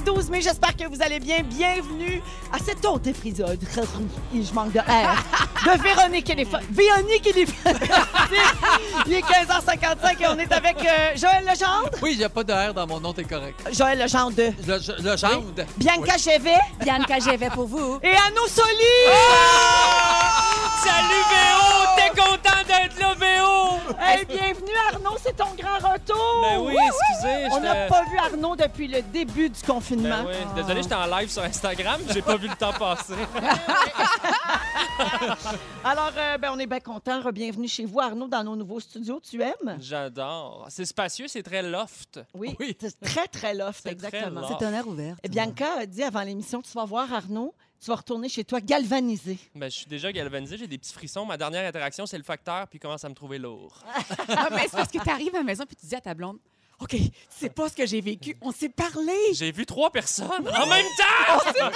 12 mai, j'espère que vous allez bien. Bienvenue à cet autre épisode. Je manque de air. De Véronique et les Véronique et les Il est 15h55 et on est avec Joël Legendre. Oui, il n'y a pas de R dans mon nom, t'es correct. Joël Legendre de... Legendre. Oui. Bianca Gévais. Bianca Gévais pour vous. Et Anno Soli. Salut Véo! T'es content d'être là, Véo? Hey, bienvenue Arnaud, c'est ton grand retour. Ben oui, excusez. On n'a pas vu Arnaud depuis le début du confinement. Ben oui, désolé, j'étais en live sur Instagram, j'ai pas vu le temps passer. Alors, on est bien contents. Bienvenue chez vous, Arnaud, dans nos nouveaux studios. Tu aimes? J'adore. C'est spacieux, c'est très loft. Oui, c'est très, très loft, C'est exactement. très loft. C'est un air ouvert. Et Bianca a dit avant l'émission, tu vas voir Arnaud, tu vas retourner chez toi galvanisé. Ben, je suis déjà galvanisé, j'ai des petits frissons. Ma dernière interaction, c'est le facteur, puis il commence à me trouver lourd. Ah, mais c'est parce que tu arrives à la maison puis tu dis à ta blonde, OK, c'est pas ce que j'ai vécu. On s'est parlé. J'ai vu 3 personnes en même temps!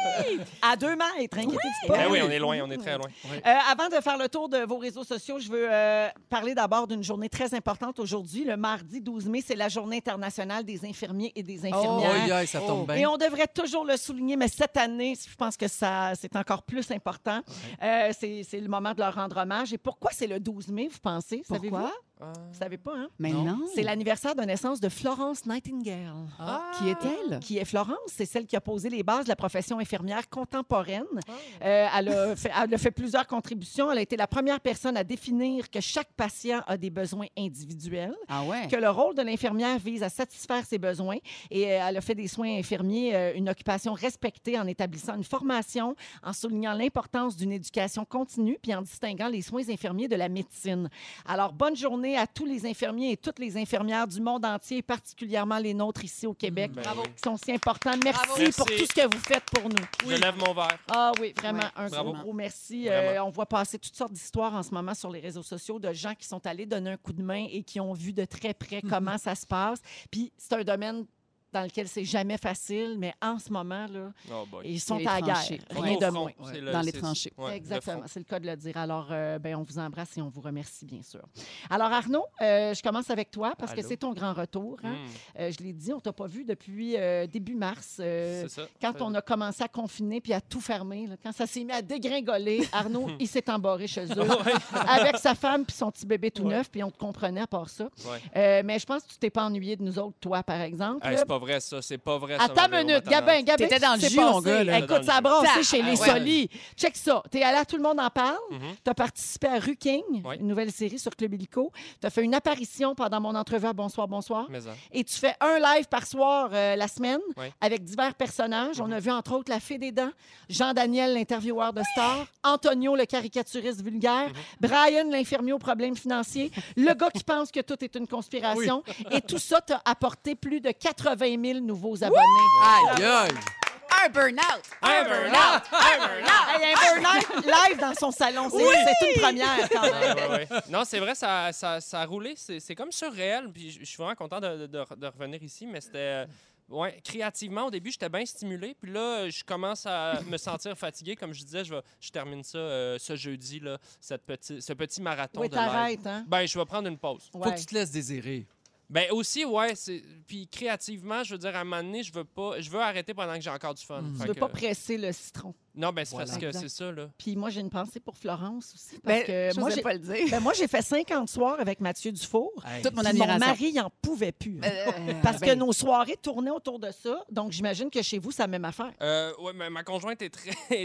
À 2 mètres, inquiétez-vous pas. Ben oui, on est loin, on est très loin. Avant de faire le tour de vos réseaux sociaux, je veux parler d'abord d'une journée très importante aujourd'hui. Le mardi 12 mai, c'est la Journée internationale des infirmiers et des infirmières. Oh, ça tombe bien. Et on devrait toujours le souligner, mais cette année, je pense que c'est encore plus important. C'est le moment de leur rendre hommage. Et pourquoi c'est le 12 mai, vous pensez? Savez-vous? Pourquoi? Vous savez pas, hein? Mais non. C'est l'anniversaire de naissance de Florence Nightingale. Qui est-elle? Qui est Florence? C'est celle qui a posé les bases de la profession infirmière contemporaine. Elle a fait plusieurs contributions. Elle a été la première personne à définir que chaque patient a des besoins individuels, Ah ouais? que le rôle de l'infirmière vise à satisfaire ses besoins. Et elle a fait des soins infirmiers une occupation respectée en établissant une formation, en soulignant l'importance d'une éducation continue, puis en distinguant les soins infirmiers de la médecine. Alors, bonne journée à tous les infirmiers et toutes les infirmières du monde entier, particulièrement les nôtres ici au Québec, qui sont si importants. Merci pour tout ce que vous faites pour nous. Je lève mon verre. Ah oui, vraiment, Ouais. un gros merci. Vraiment. On voit passer toutes sortes d'histoires en ce moment sur les réseaux sociaux de gens qui sont allés donner un coup de main et qui ont vu de très près comment ça se passe. Puis c'est un domaine dans lequel c'est jamais facile, mais en ce moment, là, Oh boy. ils sont Les à la guerre. tranchées. On est Rien au de front. moins. C'est Dans les tranchées. ouais, Exactement, le front. c'est le cas de le dire. Alors, on vous embrasse et on vous remercie, bien sûr. Alors, Arnaud, je commence avec toi parce que Allô? c'est ton grand retour. Hein? Je l'ai dit, on t'a pas vu depuis début mars. C'est ça. Quand on a commencé à confiner puis à tout fermer, là, quand ça s'est mis à dégringoler, Arnaud, il s'est embarré chez eux avec sa femme puis son petit bébé tout neuf, puis on te comprenait à part ça. Ouais. Mais je pense que tu t'es pas ennuyé de nous autres, toi, par exemple. Hey, là. c'est pas vrai, ça. C'est pas vrai, ça. Attends une minute, Gabin, T'étais dans le qu'est-ce qui jus, s'est mon passé? gars, là. Écoute, Dans ça a le brassé jus. chez les Ouais. Solis. Check ça. T'es allé à Tout le monde en parle. T'as participé à Rue King, Oui. une nouvelle série sur Club Illico. T'as fait une apparition pendant mon entrevue à Bonsoir, bonsoir. Mais ça. Et tu fais un live par soir la semaine Oui. avec divers personnages. On a vu entre autres La Fée des Dents, Jean-Daniel, l'intervieweur de Star, Antonio, le caricaturiste vulgaire, Brian, l'infirmier aux problèmes financiers, le gars qui pense que tout est une conspiration. Et tout ça t'a apporté plus de 80 000 nouveaux abonnés. Aïe, aïe. Un burn-out! Un burn-out! Un burn-out! Hey, un burn-out live dans son salon. C'est une première quand même. Ouais. Non, c'est vrai, ça a roulé. C'est comme surréel. Puis je suis vraiment content de revenir ici, mais c'était... ouais, créativement, au début, j'étais bien stimulé. Puis là, je commence à me sentir fatigué. Comme je disais, je termine ça ce jeudi, là, ce petit marathon Oui, de live. t'arrêtes, hein? Ben, je vais prendre une pause. Faut que tu te laisses désirer. Ben aussi, ouais. Puis créativement, je veux dire, à un moment donné, je veux arrêter pendant que j'ai encore du fun. Tu Fait veux que- pas presser le citron. Non, ben c'est Voilà. parce que Exact. c'est ça, là. Puis moi, j'ai une pensée pour Florence aussi. Parce Ben, que moi, j'osais j'ai pas le dire. moi, j'ai fait 50 soirs avec Mathieu Dufour. Hey. Toute mon Puis admiration. mon mari, il n'en pouvait plus. Parce que nos soirées tournaient autour de ça. Donc, j'imagine que chez vous, c'est la même affaire. Ouais, mais ma conjointe est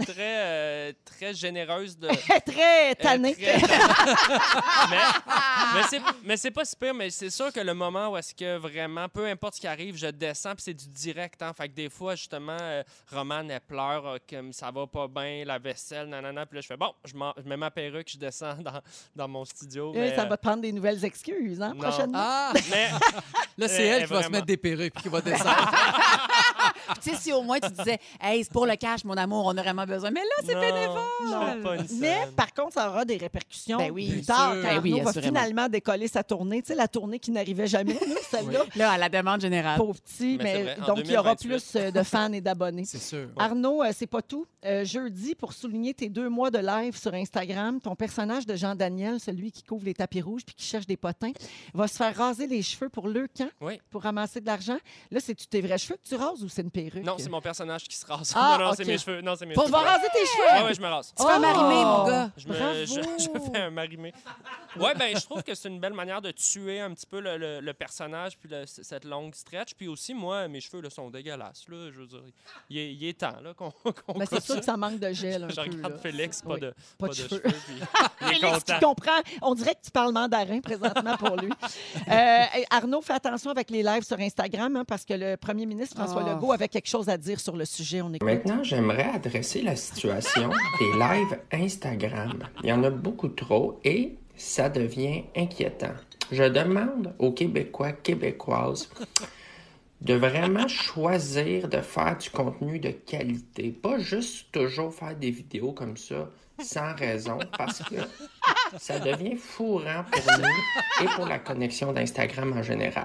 très généreuse de. Très tannée. mais c'est pas si pire, mais c'est sûr que le moment où est-ce que vraiment, peu importe ce qui arrive, je descends, puis c'est du direct. Hein, fait que des fois, justement, Romane, elle pleure, comme ça va pas bien, la vaisselle, nanana. Puis là, je fais bon, je mets ma perruque, je descends dans mon studio. Mais, Ça va te prendre des nouvelles excuses, hein, non. prochainement. Ah! mais Là, c'est elle qui va se vraiment. mettre des perruques puis qui va descendre. Tu sais, si au moins tu disais, hey, c'est pour le cash, mon amour, on a vraiment besoin. Mais là, c'est non, bénévole. non, pas une Mais scène. par contre, ça aura des répercussions Ben oui, plus bien tard. sûr. Quand Ben oui, Arnaud va assurément. finalement décoller sa tournée. Tu sais, la tournée qui n'arrivait jamais, là, celle-là. Là, à la demande générale. Pauvre petit. Mais Mais, c'est vrai, en donc, il y aura 2028. plus de fans et d'abonnés. C'est sûr. Arnaud, c'est pas tout. Jeudi, pour souligner tes 2 mois de live sur Instagram, ton personnage de Jean-Daniel, celui qui couvre les tapis rouges puis qui cherche des potins, va se faire raser les cheveux pour le camp, Oui. pour ramasser de l'argent. Là, c'est-tu tes vrais cheveux que tu rases ou c'est une perruque? Non, c'est mon personnage qui se rase. Ah, non, ok. c'est mes cheveux. Non, c'est mes Pour cheveux. raser tes cheveux? Ouais, je me rase. Tu fais un marimé, mon gars. Je fais un marimé. Ouais, ben je trouve que c'est une belle manière de tuer un petit peu le personnage puis cette longue stretch. Puis aussi, moi, mes cheveux là, sont dégueulasses. Là, je veux dire, il est temps là, qu'on Ben, c'est coupe sûr que ça manque de gel un Je peu. regarde là. Félix, Oui. pas de cheveux. cheveux. Puis il est Félix qui content. comprend. On dirait que tu parles mandarin présentement pour lui. Arnaud, fais attention avec les lives sur Instagram hein, parce que le premier ministre François Oh. Legault avait quelque chose à dire sur le sujet. On écoute. Maintenant, j'aimerais adresser la situation des lives Instagram. Il y en a beaucoup trop et ça devient inquiétant. Je demande aux Québécois, Québécoises de vraiment choisir de faire du contenu de qualité. Pas juste toujours faire des vidéos comme ça, sans raison, parce que ça devient fourrant pour nous et pour la connexion d'Instagram en général.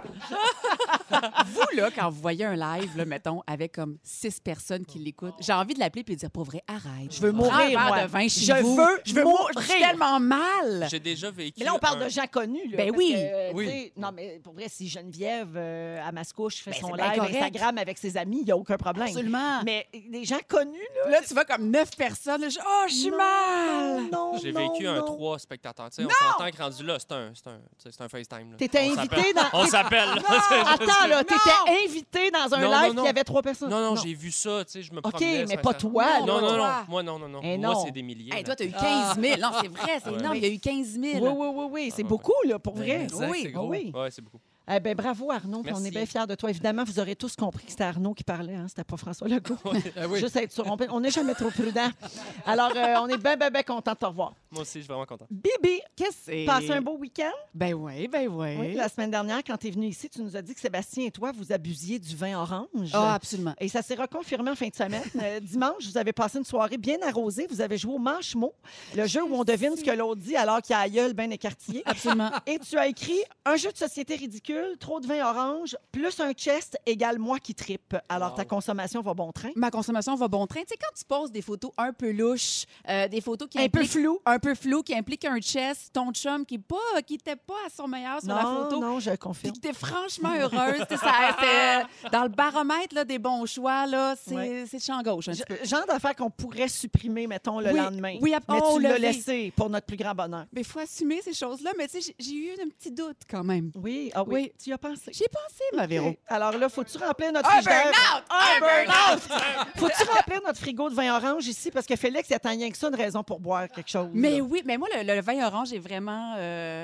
Vous, là, quand vous voyez un live, là, mettons, avec comme 6 personnes qui l'écoutent, j'ai envie de l'appeler et de dire, pour vrai, arrête. Je veux Prends mourir, un verre moi. de vin chez Je vous. veux mourir. J'ai tellement mal. J'ai déjà vécu. Mais là, on parle un- de gens connus. Là, Ben parce oui. que, Oui. tu sais, non, mais pour vrai, si Geneviève, à Mascouche, fait Ben, son c'est bien live correct. Instagram avec ses amis, il n'y a aucun problème. Absolument. Mais des gens connus, là. Là, tu vois comme 9 personnes. Là, je suis non, mal. Non, J'ai non, vécu un non. 3 spectateurs. Tu sais, on s'entend que rendu là, c'est un FaceTime. là. T'étais On invité s'appelle- dans- On s'appelle. là. Attends, là, t'étais invité dans un Non, live non, puis non. il y avait 3 personnes. Non, j'ai vu ça, tu sais, je me OK, promenais. mais sur pas Instagram. toi, là. Non, non, non. toi. Moi, non. Eh Moi, non. c'est des milliers. Hey, là. toi, t'as eu 15 000. Non, c'est vrai, c'est Ouais. énorme. Il y a eu 15 000. Oui, c'est Ah, beaucoup, là, pour vrai. exact, oui, c'est gros. oui. Ouais, c'est beaucoup. Eh ben, bravo, Arnaud. Merci. On est bien fiers de toi. Évidemment, vous aurez tous compris que c'était Arnaud qui parlait. Hein? C'était pas François Legault. Ah oui. Juste être sûr. On n'est jamais trop prudent. Alors, on est bien content de te revoir. Moi aussi, je suis vraiment content. Bibi, Qu'est-ce que c'est? passez un beau week-end. Ben oui. Oui, la semaine dernière, quand tu es venu ici, tu nous as dit que Sébastien et toi, vous abusiez du vin orange. Ah, absolument. Et ça s'est reconfirmé en fin de semaine. Dimanche, vous avez passé une soirée bien arrosée. Vous avez joué au manche-mot, le jeu où on devine ce que l'autre dit alors qu'il a la gueule bien écartillée. Absolument. Et tu as écrit un jeu de société ridicule, trop de vin orange, plus un chest égale moi qui trippe. Alors ta consommation va bon train. Ma consommation va bon train. Tu sais, quand tu poses des photos un peu louches, des photos qui Un peu impliquent- flou. un peu flou, qui impliquent un chest, ton chum qui n'était pas à son meilleur sur la photo, Non, je puis confirme. que t'es franchement heureuse. Tu sais, dans le baromètre là, des bons choix, là, c'est Ouais. c'est champ gauche. Un petit peu. Genre d'affaires qu'on pourrait supprimer, mettons, le Oui, lendemain. oui, mais on tu l'a l'as fait. laissé pour notre plus grand bonheur. Mais il faut assumer ces choses-là. Mais tu sais, j'ai eu un petit doute quand même. Oui, oui. Oui. Tu y as pensé. J'y ai pensé, ma Véro. OK. Alors là, faut-tu remplir notre Un frigidaire? burn-out! Un burn-out! Faut-tu remplir notre frigo de vin orange ici? Parce que Félix, il attend rien que ça, une raison pour boire quelque chose. Mais là. oui, mais moi, le vin orange est vraiment...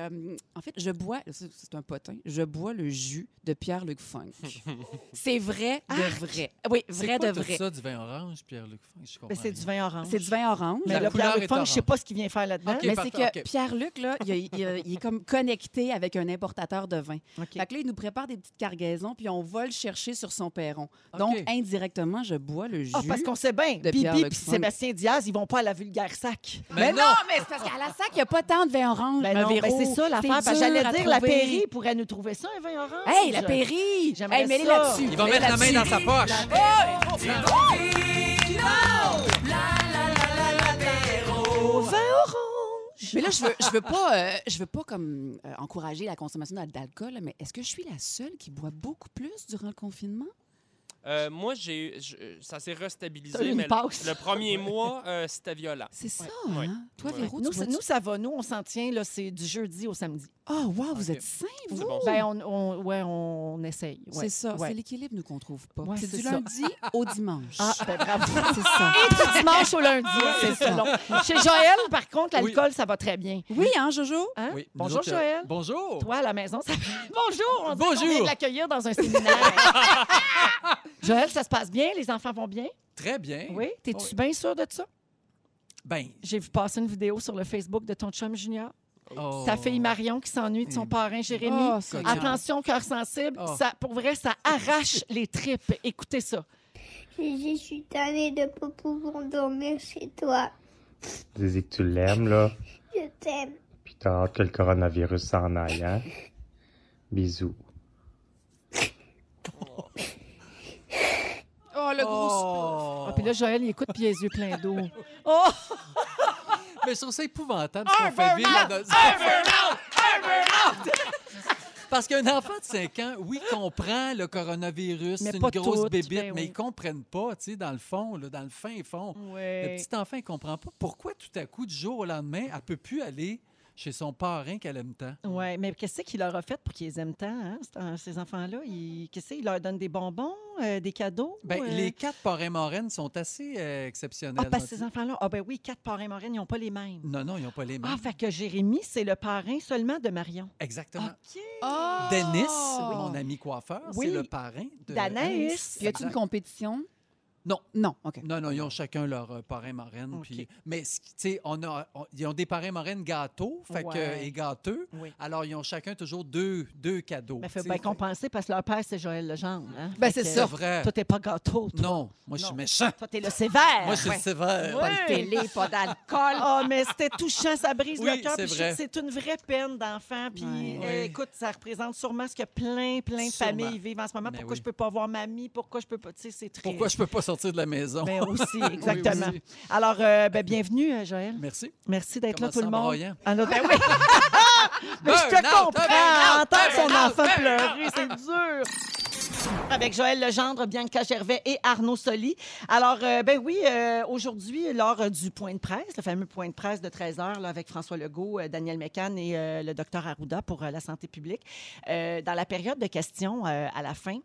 en fait, je bois... C'est un potin. Je bois le jus de Pierre-Luc Funk. C'est vrai de vrai. Oui, C'est vrai quoi de tout vrai. ça, du vin orange, Pierre-Luc Funk? Je comprends Ben, c'est rien. du vin orange. C'est du vin orange. Mais La le couleur Pierre-Luc est Funk, je sais orange. pas ce qu'il vient faire là-dedans. OK. Mais parfait, c'est que OK. Pierre-Luc, là, il est comme connecté avec un importateur de vin. OK. Fait que là, il nous prépare des petites cargaisons, puis on va le chercher sur son perron. OK. Donc, indirectement, je bois le jus. Ah, parce qu'on sait bien, de Bibi Pierre-Luc et Funk. Sébastien Diaz, ils vont pas à la vulgaire sac. Mais non, mais c'est parce qu'à la sac, il n'y a pas tant de vin orange, Ben ma non, Véro. ben c'est ça l'affaire. C'est Parce que j'allais dur à dire, la trouver. Péri pourrait nous trouver ça, un vin orange. Hey, la Péri! J'aimerais Hey, mets-les ça. là-dessus. Il va mettre la main dans sa poche. Au vin orange. Mais là, je veux pas comme encourager la consommation d'alcool, mais est-ce que je suis la seule qui boit beaucoup plus durant le confinement? Moi, ça s'est T'as eu restabilisé, une mais passe. le premier mois, c'était violent. C'est ça, Ouais. hein? Toi, Ouais. Véro, Nous, tu bois nous, ça va. Nous, on s'en tient, là, c'est du jeudi au samedi. Oh, wow, vous OK. êtes sains, vous! C'est bon. Ben, on essaye. Ouais. C'est ça, Ouais. c'est l'équilibre, nous, qu'on trouve pas. Ouais, c'est c'est du ça. lundi au dimanche. Ah, ben bravo. c'est ça. Et du dimanche au lundi, c'est ça. selon. Chez Joël, par contre, l'alcool, ça va très bien. Oui, hein, Jojo? Hein? Oui. Bonjour, Nous autres, Joël. Bonjour. Toi, à la maison, ça... Bonjour! On dirait qu'on Bonjour. vient de l'accueillir dans un séminaire. Joël, ça se passe bien? Les enfants vont bien? Très bien. Oui? T'es-tu Oui. bien sûr de ça? Ben, J'ai vu passer une vidéo sur le Facebook de ton chum Junior. oh. Ta fille Marion qui s'ennuie de son parrain Jérémy. Oh, c'est Attention, cœur sensible, Oh. ça, pour vrai, ça arrache les tripes. Écoutez ça. Je suis tannée de ne pas pouvoir dormir chez toi. Tu dis que tu l'aimes, là, Je t'aime. puis t'as hâte que le coronavirus s'en aille, hein? Bisous. Oh, le gros Oh. Ah, puis là, Joël, il écoute puis il a les yeux pleins d'eau. Oh! Mais je trouve ça épouvantable ce qu'on fait vivre. Parce qu'un enfant de 5 ans, oui, comprend le coronavirus, Mais c'est une pas grosse toutes, bébite, ben mais oui. ils ne comprennent pas, tu sais, dans le fond, là, dans le fin fond. Ouais. Le petit enfant, il ne comprend pas pourquoi tout à coup, du jour au lendemain, elle ne peut plus aller chez son parrain qu'elle aime tant. Oui, mais qu'est-ce qu'il leur a fait pour qu'ils les aiment tant, hein, ces enfants-là? Qu'est-ce qu'il leur donne des bonbons, des cadeaux? Ben, les 4 parrains marraines sont assez exceptionnels. Ah, parce que ces enfants-là, ben oui, 4 parrains marraines, ils n'ont pas les mêmes. Non, ils n'ont pas les mêmes. Ah, fait que Jérémy, c'est le parrain seulement de Marion. Exactement. OK. Denis, Oui. mon ami coiffeur, Oui. c'est le parrain de d'Anaïs. Y a-t-il une compétition? Non. Non, OK. Non, ils ont chacun leur parrain marraine. OK. Puis, mais, tu sais, ils ont des parrains marraines gâteaux Ouais. et gâteux. Oui. Alors, ils ont chacun toujours deux cadeaux. Mais il faut tu sais. bien compenser parce que leur père, c'est Joël Legendre. Hein? Ben, Fait c'est que ça. vrai. Toi, t'es pas gâteau, toi. Non, moi, je suis Non. méchant. Toi, t'es le sévère. Moi, je suis Ouais. sévère. Ouais. Pas de télé, pas d'alcool. Ah, mais c'était touchant, ça brise Oui, le cœur. c'est puis vrai. c'est une vraie peine d'enfant. Puis, Ouais. écoute, ça représente sûrement ce que plein de Sûrement. familles vivent en ce moment. Mais Pourquoi oui. je peux pas voir mamie? Pourquoi je peux pas... Tu sais, c'est très... Pourquoi je peux pas sortir de la maison? Ben aussi, exactement. Oui, aussi. Alors, bienvenue, Joël. Merci. Merci d'être là, Comment tout le ça, monde. broyant? Alors, ben oui. Mais je te Burn-out, comprends. burn-out, Entendre son burn-out, enfant burn-out. pleurer, c'est dur. Avec Joël Legendre, Bianca Gervais et Arnaud Soli. Alors, ben oui, aujourd'hui, lors du point de presse, le fameux point de presse de 13h avec François Legault, Daniel Mécan et le docteur Arruda pour la santé publique, dans la période de questions à la fin,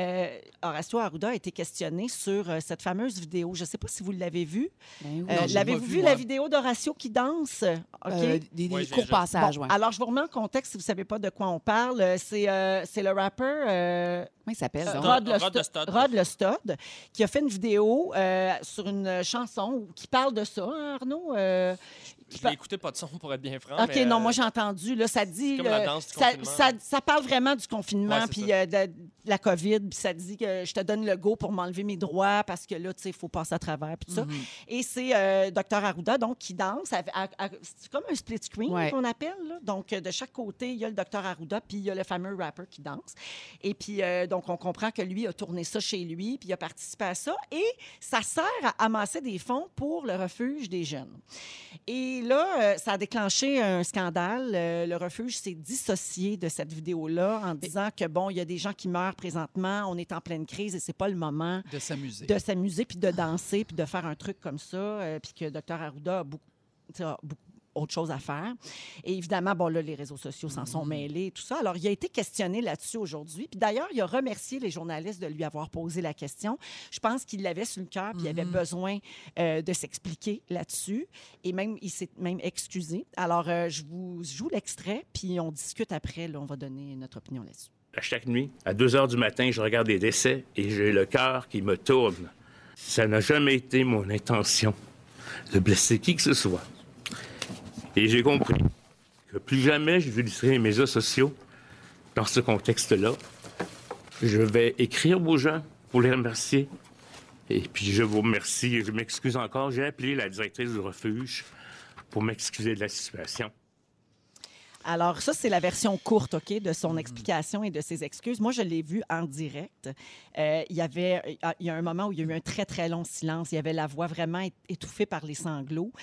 Horacio Arruda a été questionné sur cette fameuse vidéo. Je ne sais pas si vous l'avez vue. Ben oui. Non, j'ai L'avez-vous pas vu, vu, la moi. vidéo d'Horacio qui danse? OK. Des Ouais, courts j'ai- passages, Bon, ouais. alors, je vous remets en contexte si vous ne savez pas de quoi on parle. C'est le rapper Comment il s'appelle, donc? Rod Le Stud, qui a fait une vidéo sur une chanson qui parle de ça, hein, Arnaud? Je l'ai écouté pas de son pour être bien franc. OK, mais, non, moi j'ai entendu. Là, ça dit. comme la danse du ça, confinement. ça parle vraiment du confinement, Ouais, c'est puis ça. de la COVID, puis ça dit que je te donne le go pour m'enlever mes droits parce que là, tu sais, il faut passer à travers, puis tout ça. Et c'est Dr. Arruda, donc, qui danse. C'est comme un split screen Ouais. qu'on appelle. Là. Donc, de chaque côté, il y a le Dr. Arruda, puis il y a le fameux rapper qui danse. Et puis, donc, on comprend que lui a tourné ça chez lui, puis il a participé à ça. Et ça sert à amasser des fonds pour le refuge des jeunes. Et là, ça a déclenché un scandale. Le refuge s'est dissocié de cette vidéo-là en disant que, bon, il y a des gens qui meurent présentement, on est en pleine crise et c'est pas le moment De s'amuser. de s'amuser puis de danser puis de faire un truc comme ça. Puis que Dr. Arruda a beaucoup autre chose à faire. Et évidemment, bon, là, les réseaux sociaux s'en sont mêlés et tout ça. Alors, il a été questionné là-dessus aujourd'hui. Puis d'ailleurs, il a remercié les journalistes de lui avoir posé la question. Je pense qu'il l'avait sur le cœur puis il avait besoin de s'expliquer là-dessus. Et même, il s'est même excusé. Alors, je vous joue l'extrait puis on discute après. Là, on va donner notre opinion là-dessus. À chaque nuit, à 2 heures du matin, je regarde les décès et j'ai le cœur qui me tourne. Ça n'a jamais été mon intention de blesser qui que ce soit. Et j'ai compris que plus jamais je n'utiliserai les médias sociaux dans ce contexte-là. Je vais écrire aux gens pour les remercier. Et puis je vous remercie et je m'excuse encore. J'ai appelé la directrice du refuge pour m'excuser de la situation. Alors, ça, c'est la version courte, OK, de son explication et de ses excuses. Moi, je l'ai vu en direct. Il y a un moment où il y a eu un très, très long silence. Il y avait la voix vraiment étouffée par les sanglots.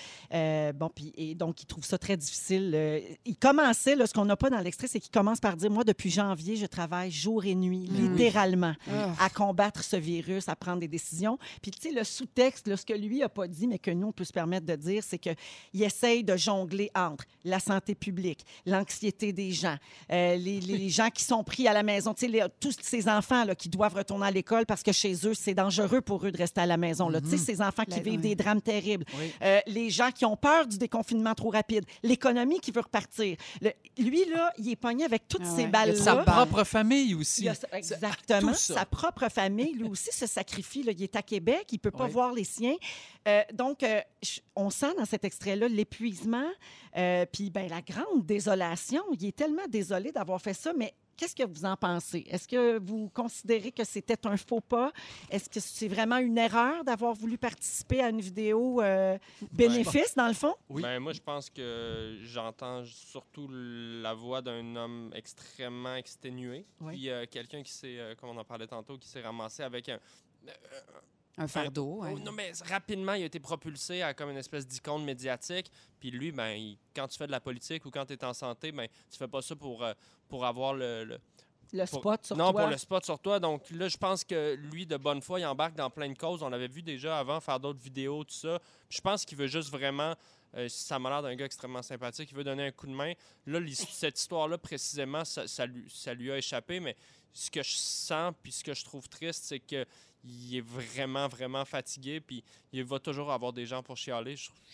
Et donc, il trouve ça très difficile. Il commençait, là, ce qu'on n'a pas dans l'extrait, c'est qu'il commence par dire, moi, depuis janvier, je travaille jour et nuit, littéralement, à combattre ce virus, à prendre des décisions. Puis, tu sais, le sous-texte, là, ce que lui n'a pas dit, mais que nous, on peut se permettre de dire, c'est qu'il essaye de jongler entre la santé publique, l'anxiété des gens, les gens qui sont pris à la maison, tu sais, tous ces enfants là, qui doivent retourner à l'école parce que chez eux, c'est dangereux pour eux de rester à la maison. Tu sais, ces enfants qui vivent des drames terribles, les gens qui ont peur du déconfinement trop rapide, l'économie qui veut repartir. Lui, là, il est pogné avec toutes ces balles-là. Sa propre famille aussi. Il a exactement. Tout ça. Sa propre famille, lui aussi, se sacrifie. Là. Il est à Québec, il ne peut pas voir les siens. Donc, on sent dans cet extrait-là l'épuisement, puis ben, la grande désolation. Il est tellement désolé d'avoir fait ça, mais qu'est-ce que vous en pensez? Est-ce que vous considérez que c'était un faux pas? Est-ce que c'est vraiment une erreur d'avoir voulu participer à une vidéo bénéfice, dans le fond? Oui. Ben, moi, je pense que j'entends surtout la voix d'un homme extrêmement exténué. Oui. Puis quelqu'un qui s'est, comme on en parlait tantôt, qui s'est ramassé avec Un fardeau, ouais. Non, mais rapidement, il a été propulsé à comme une espèce d'icône médiatique. Puis lui, quand tu fais de la politique ou quand tu es en santé, tu fais pas ça pour avoir le spot sur toi. Non, pour le spot sur toi. Donc là, je pense que lui, de bonne foi, il embarque dans plein de causes. On l'avait vu déjà avant faire d'autres vidéos, tout ça. Puis je pense qu'il veut juste vraiment... ça m'a l'air d'un gars extrêmement sympathique. Il veut donner un coup de main. Là, cette histoire-là, précisément, ça lui a échappé. Mais ce que je sens puis ce que je trouve triste, c'est qu'il est vraiment, vraiment fatigué. Puis il va toujours avoir des gens pour chialer.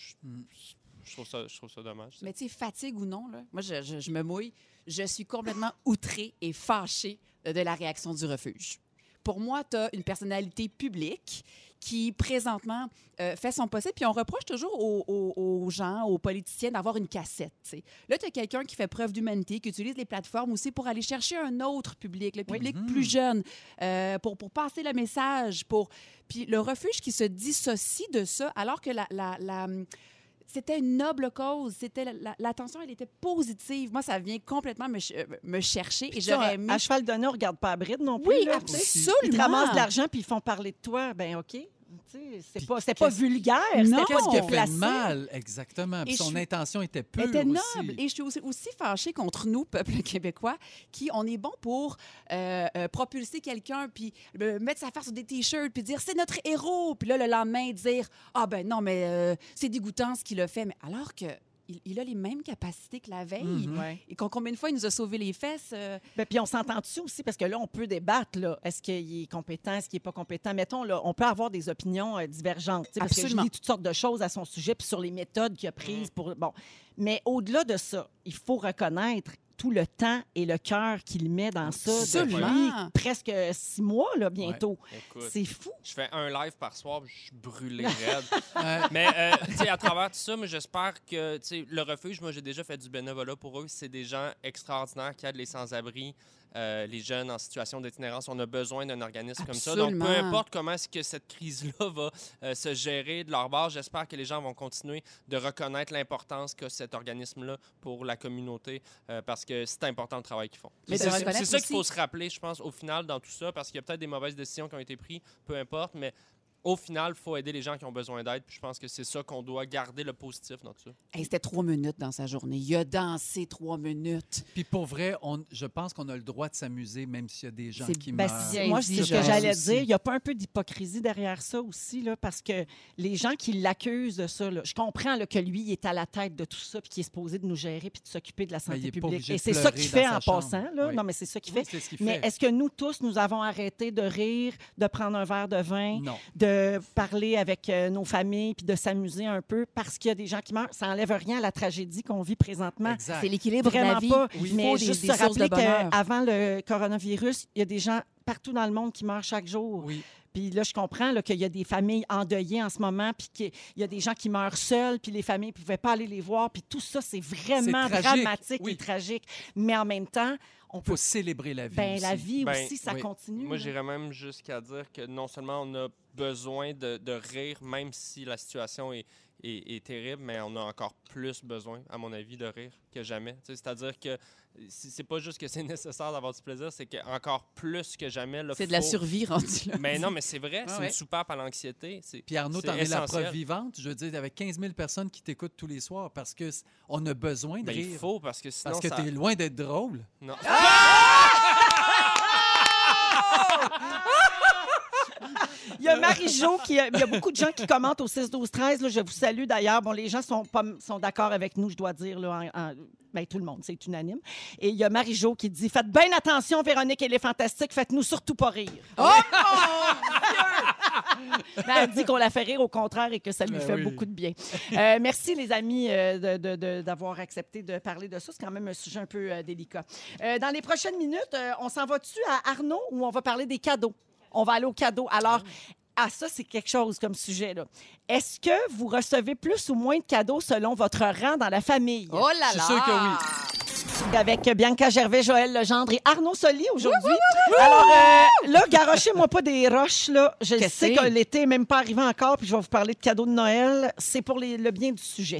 Je trouve ça dommage. Mais tu sais, fatigue ou non, là, moi, je me mouille. Je suis complètement outrée et fâchée de la réaction du refuge. Pour moi, tu as une personnalité publique qui, présentement, fait son possible. Puis on reproche toujours aux gens, aux politiciens, d'avoir une cassette. T'sais. Là, tu as quelqu'un qui fait preuve d'humanité, qui utilise les plateformes aussi pour aller chercher un autre public, le public plus jeune, pour passer le message. Puis le refuge qui se dissocie de ça, alors que c'était une noble cause. L'attention, elle était positive. Moi, ça vient complètement me chercher. Puis et j'aurais aimé... À cheval d'honneur, on ne regarde pas à bride non plus. Oui, là, absolument. Ils te ramassent de l'argent puis ils font parler de toi. Ben OK. C'est pas vulgaire. Non. C'était Qu'est-ce qui a pas fait placé. mal, exactement. Puis son intention était pure était noble. aussi. Et je suis aussi fâchée contre nous, peuple québécois, on est bon pour propulser quelqu'un, puis mettre sa face sur des T-shirts, puis dire « c'est notre héros », puis là, le lendemain, dire « ah ben non, mais c'est dégoûtant ce qu'il a fait ». Mais alors que il a les mêmes capacités que la veille. Et combien de fois il nous a sauvé les fesses? Puis on s'entend dessus aussi, parce que là, on peut débattre. Là. Est-ce qu'il est compétent, est-ce qu'il n'est pas compétent? Mettons, là, on peut avoir des opinions divergentes. Parce que je lis toutes sortes de choses à son sujet, puis sur les méthodes qu'il a prises pour... Bon. Mais au-delà de ça, il faut reconnaître tout le temps et le cœur qu'il met dans ça depuis presque 6 mois, là, bientôt. Ouais. Écoute, c'est fou. Je fais un live par soir, je suis brûlé raide. Mais tu sais, à travers tout ça, moi, j'espère que le refuge, moi, j'ai déjà fait du bénévolat pour eux. C'est des gens extraordinaires qui aident les sans-abri, les jeunes en situation d'itinérance. On a besoin d'un organisme Absolument. comme ça. Donc, peu importe comment est-ce que cette crise-là va se gérer de leur bord, j'espère que les gens vont continuer de reconnaître l'importance qu'a cet organisme-là pour la communauté, parce que c'est important le travail qu'ils font. Mais c'est ça qu'il faut se rappeler, je pense, au final, dans tout ça, parce qu'il y a peut-être des mauvaises décisions qui ont été prises, peu importe, mais au final, il faut aider les gens qui ont besoin d'aide. Puis je pense que c'est ça qu'on doit garder le positif dans tout ça. Hey, c'était 3 minutes dans sa journée. Il a dansé 3 minutes. Puis pour vrai, je pense qu'on a le droit de s'amuser, même s'il y a des gens qui meurent. Moi, c'est ce que j'allais dire. Il n'y a pas un peu d'hypocrisie derrière ça aussi, là, parce que les gens qui l'accusent de ça, là, je comprends là, que lui, il est à la tête de tout ça, puis qu'il est supposé de nous gérer, puis de s'occuper de la santé publique. Et c'est ça qu'il fait en passant. Là. Oui. Non, mais c'est ça qu'il Oui, fait. c'est ce qu'il Mais fait. est-ce que nous tous, nous avons arrêté de rire, de prendre un verre de vin, Non. de parler avec nos familles, puis de s'amuser un peu parce qu'il y a des gens qui meurent? Ça n'enlève rien à la tragédie qu'on vit présentement. Exact. C'est l'équilibre de la Vraiment vie. pas. Oui. Mais Faut juste des se sources de rappeler bonheur. qu'avant le coronavirus, il y a des gens partout dans le monde qui meurent chaque jour. Oui. Puis là, je comprends là, qu'il y a des familles endeuillées en ce moment, puis qu'il y a des gens qui meurent seuls, puis les familles ne pouvaient pas aller les voir. Puis tout ça, c'est vraiment C'est tragique. dramatique Oui. et tragique. Mais en même temps, on Il peut... faut célébrer la vie. Ben, aussi. la vie Ben, aussi, ça oui. continue. Moi, là. j'irais même jusqu'à dire que non seulement on a besoin de rire, même si la situation est terrible, mais on a encore plus besoin, à mon avis, de rire que jamais. Tu sais, c'est-à-dire que c'est pas juste que c'est nécessaire d'avoir du plaisir, c'est qu'encore plus que jamais... là, C'est de la survie rendue là. Mais non, mais c'est vrai, c'est ouais. une soupape à l'anxiété. Puis Arnaud, c'est t'en es la essentiel. preuve vivante. Je veux dire, avec 15 000 personnes qui t'écoutent tous les soirs parce qu'on a besoin de Ben, rire. il faut, parce que sinon... Parce que ça... t'es loin d'être drôle. Non. Il y a Marie-Jo, il y a beaucoup de gens qui commentent au 6-12-13. Là, je vous salue d'ailleurs. Bon, les gens sont d'accord avec nous, je dois dire. Là, ben, tout le monde, c'est unanime. Et il y a Marie-Jo qui dit « Faites bien attention, Véronique, elle est fantastique. Faites-nous surtout pas rire. » Oh! Mais elle dit qu'on la fait rire au contraire et que ça lui Ben fait oui. beaucoup de bien. Merci, les amis, d'avoir accepté de parler de ça. C'est quand même un sujet un peu délicat. Dans les prochaines minutes, on s'en va-tu à Arnaud ou on va parler des cadeaux? On va aller aux cadeaux. Alors, ça, c'est quelque chose comme sujet, là. Est-ce que vous recevez plus ou moins de cadeaux selon votre rang dans la famille? Oh là Je là! suis sûr que oui. Avec Bianca Gervais, Joël Legendre et Arnaud Soli aujourd'hui. Alors, là, garochez-moi pas des roches, là. Je Qu'est-ce sais que que l'été n'est même pas arrivé encore, puis je vais vous parler de cadeaux de Noël. C'est pour le bien du sujet.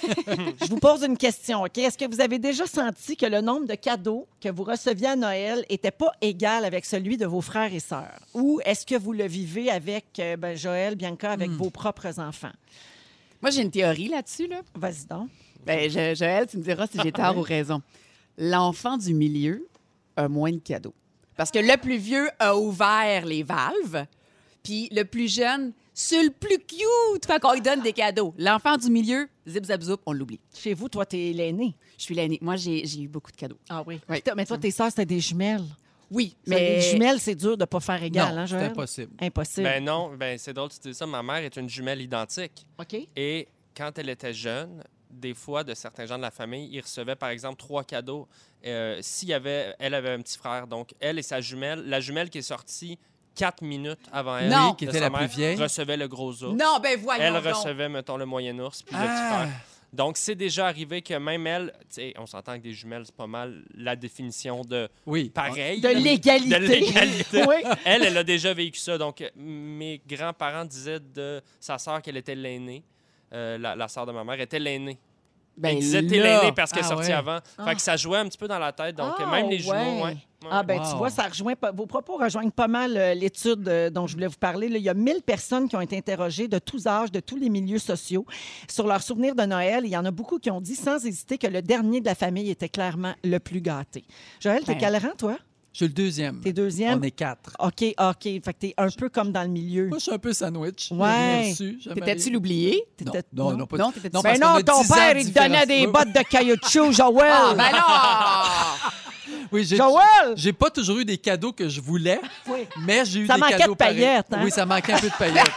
Je vous pose une question, OK? Est-ce que vous avez déjà senti que le nombre de cadeaux que vous receviez à Noël n'était pas égal avec celui de vos frères et sœurs? Ou est-ce que vous le vivez avec Joël, Bianca, avec vos propres enfants? Moi, j'ai une théorie là-dessus. Là. Vas-y donc. Ben, Joël, tu me diras si j'ai tort ou raison. L'enfant du milieu a moins de cadeaux. Parce que le plus vieux a ouvert les valves, puis le plus jeune, c'est le plus cute quand on lui donne des cadeaux. L'enfant du milieu, zip, zap, zoup, on l'oublie. Chez vous, toi, t'es l'aîné. Je suis l'aînée. Moi, j'ai eu beaucoup de cadeaux. Ah oui. Oui. Mais toi, tes sœurs, c'était des jumelles. Oui, Mais les mais... jumelles, c'est dur de ne pas faire égal, Non, hein, c'est Joël? impossible. Impossible. Ben non, ben c'est drôle que tu dis ça. Ma mère est une jumelle identique. OK. Et quand elle était jeune, des fois, de certains gens de la famille, ils recevaient, par exemple, 3 cadeaux. Elle avait un petit frère. Donc, elle et sa jumelle, la jumelle qui est sortie 4 minutes avant elle, Non. Oui, qui de était sa la mère, plus vieille. recevait le gros ours. Non, ben voyons Elle donc. recevait, mettons, le moyen ours puis le petit Ah! frère. Donc, c'est déjà arrivé que même elle, tu sais, on s'entend que des jumelles, c'est pas mal la définition de Oui. pareil. De l'égalité. De l'égalité. Oui. Elle a déjà vécu ça. Donc, mes grands-parents disaient de sa sœur qu'elle était l'aînée. La sœur de ma mère était l'aînée. Ben Ils disaient t'es là. l'aînée parce qu'elle est Ah sortie ouais. avant. Fait que ça jouait un petit peu dans la tête. Donc, Ah, même les jumeaux, ouais. ouais. Ah, ben tu Wow. vois, ça rejoint vos propos rejoignent pas mal l'étude dont je voulais vous parler. Là, il y a 1000 personnes qui ont été interrogées de tous âges, de tous les milieux sociaux sur leurs souvenirs de Noël. Il y en a beaucoup qui ont dit sans hésiter que le dernier de la famille était clairement le plus gâté. Joël, t'es Ben. quel rang, toi? Je suis le deuxième. T'es deuxième? On est 4. OK. Fait que t'es un peu comme dans le milieu. Moi, je suis un peu sandwich. Ouais. Rien reçu, jamais T'étais-tu rien. l'oublié? Non, T'étais- non, non, pas Non, du- t'étais-tu- non, Ben parce qu'on non, a ton 10 ans père, de il te donnait différence. des Oui, bottes de caoutchouc, Joël! Ah, ben non! Oui, Joël! j'ai pas toujours eu des cadeaux que je voulais, Oui. mais j'ai eu Ça des manquait cadeaux de paillettes, pareils. hein? Oui, ça manquait un peu de paillettes.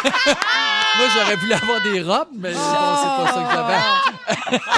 Moi, j'aurais voulu avoir des robes, mais bon, c'est pas ça que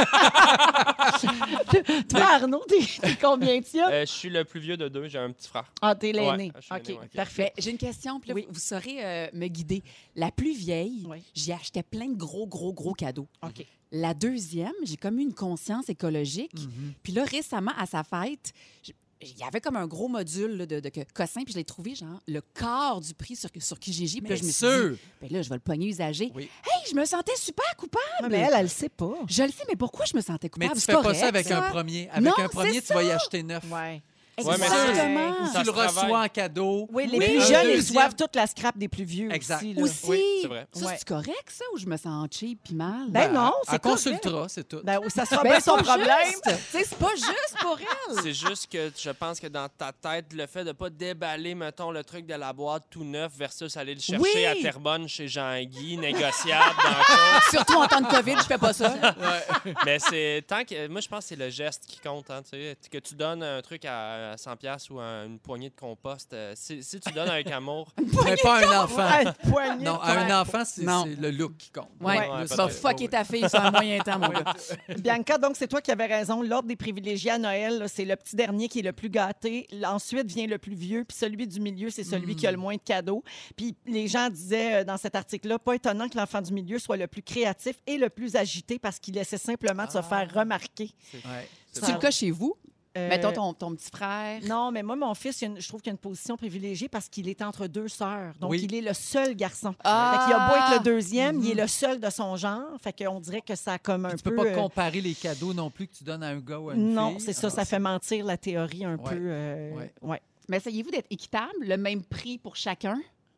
j'avais. Toi, Arnaud, t'es combien de Je suis le plus vieux de 2. J'ai un petit frère. Ah, t'es l'aîné. Ouais, je suis OK, l'aîné, ouais. parfait. J'ai une question, puis là, Oui. vous saurez me guider. La plus vieille, Oui. j'y achetais plein de gros cadeaux. OK. La deuxième, j'ai comme eu une conscience écologique. Puis là, récemment, à sa fête, il y avait comme un gros module là, de cossin, puis je l'ai trouvé, genre, le quart du prix sur Kijiji. Puis là, je me suis sûr. dit, ben là, je vais le pogner usagé. Oui. Hey, je me sentais super coupable. Ah, mais elle le sait pas. Je le sais, mais pourquoi je me sentais Mais coupable? tu C'est fais pas correct, ça avec ça. un premier. Avec Non, un premier, c'est tu vas y ça. acheter 9. Ouais. Ouais, mais Exactement. ça Tu le se travaille. reçois en cadeau. Oui, les Oui, plus un jeunes, ils deuxième. reçoivent toute la scrap des plus vieux Exact. aussi. là. Aussi. Oui, c'est vrai. Ça, Ouais. c'est correct, ça, ou je me sens cheap puis mal? Ben non, c'est Elle correct. consultera, c'est tout. Ben, ça sera Ben, bien son c'est pas problème. juste. Tu sais, c'est pas juste pour elle. C'est juste que je pense que dans ta tête, le fait de pas déballer, mettons, le truc de la boîte tout neuf versus aller le chercher Oui. à Terrebonne chez Jean-Guy, négociable dans le coin. Surtout en temps de COVID, je fais pas ça. Mais c'est tant que moi je pense que c'est le geste qui compte, hein, tu sais, que tu donnes un truc à 100$ ou une poignée de compost, si tu donnes avec amour. Mais pas un enfant. Ah, une poignée Non, de à ouais. un enfant, c'est Non. le look qui compte. Ouais, Ouais, tu vas peut-être. fucker ta fille sur un moyen temps, mon gars. Bianca, donc c'est toi qui avais raison. L'ordre des privilégiés à Noël, là, c'est le petit dernier qui est le plus gâté. Ensuite vient le plus vieux, puis celui du milieu, c'est celui qui a le moins de cadeaux. Puis les gens disaient dans cet article-là, pas étonnant que l'enfant du milieu soit le plus créatif et le plus agité parce qu'il essaie simplement de se faire remarquer. Ouais. C'est le cas chez vous? Euh, Mettons ton petit frère. Non, mais moi, mon fils, je trouve qu'il a une position privilégiée parce qu'il est entre deux sœurs. Donc, Oui. il est le seul garçon. Ah! Fait qu'il a beau être le deuxième, il est le seul de son genre. Fait qu'on dirait que ça a comme un Tu peu... peux pas comparer les cadeaux non plus que tu donnes à un gars ou à une fille. Non, c'est ça. Alors, Ça fait mentir la théorie un Ouais. peu. Ouais. Ouais. Mais essayez-vous d'être équitable, le même prix pour chacun?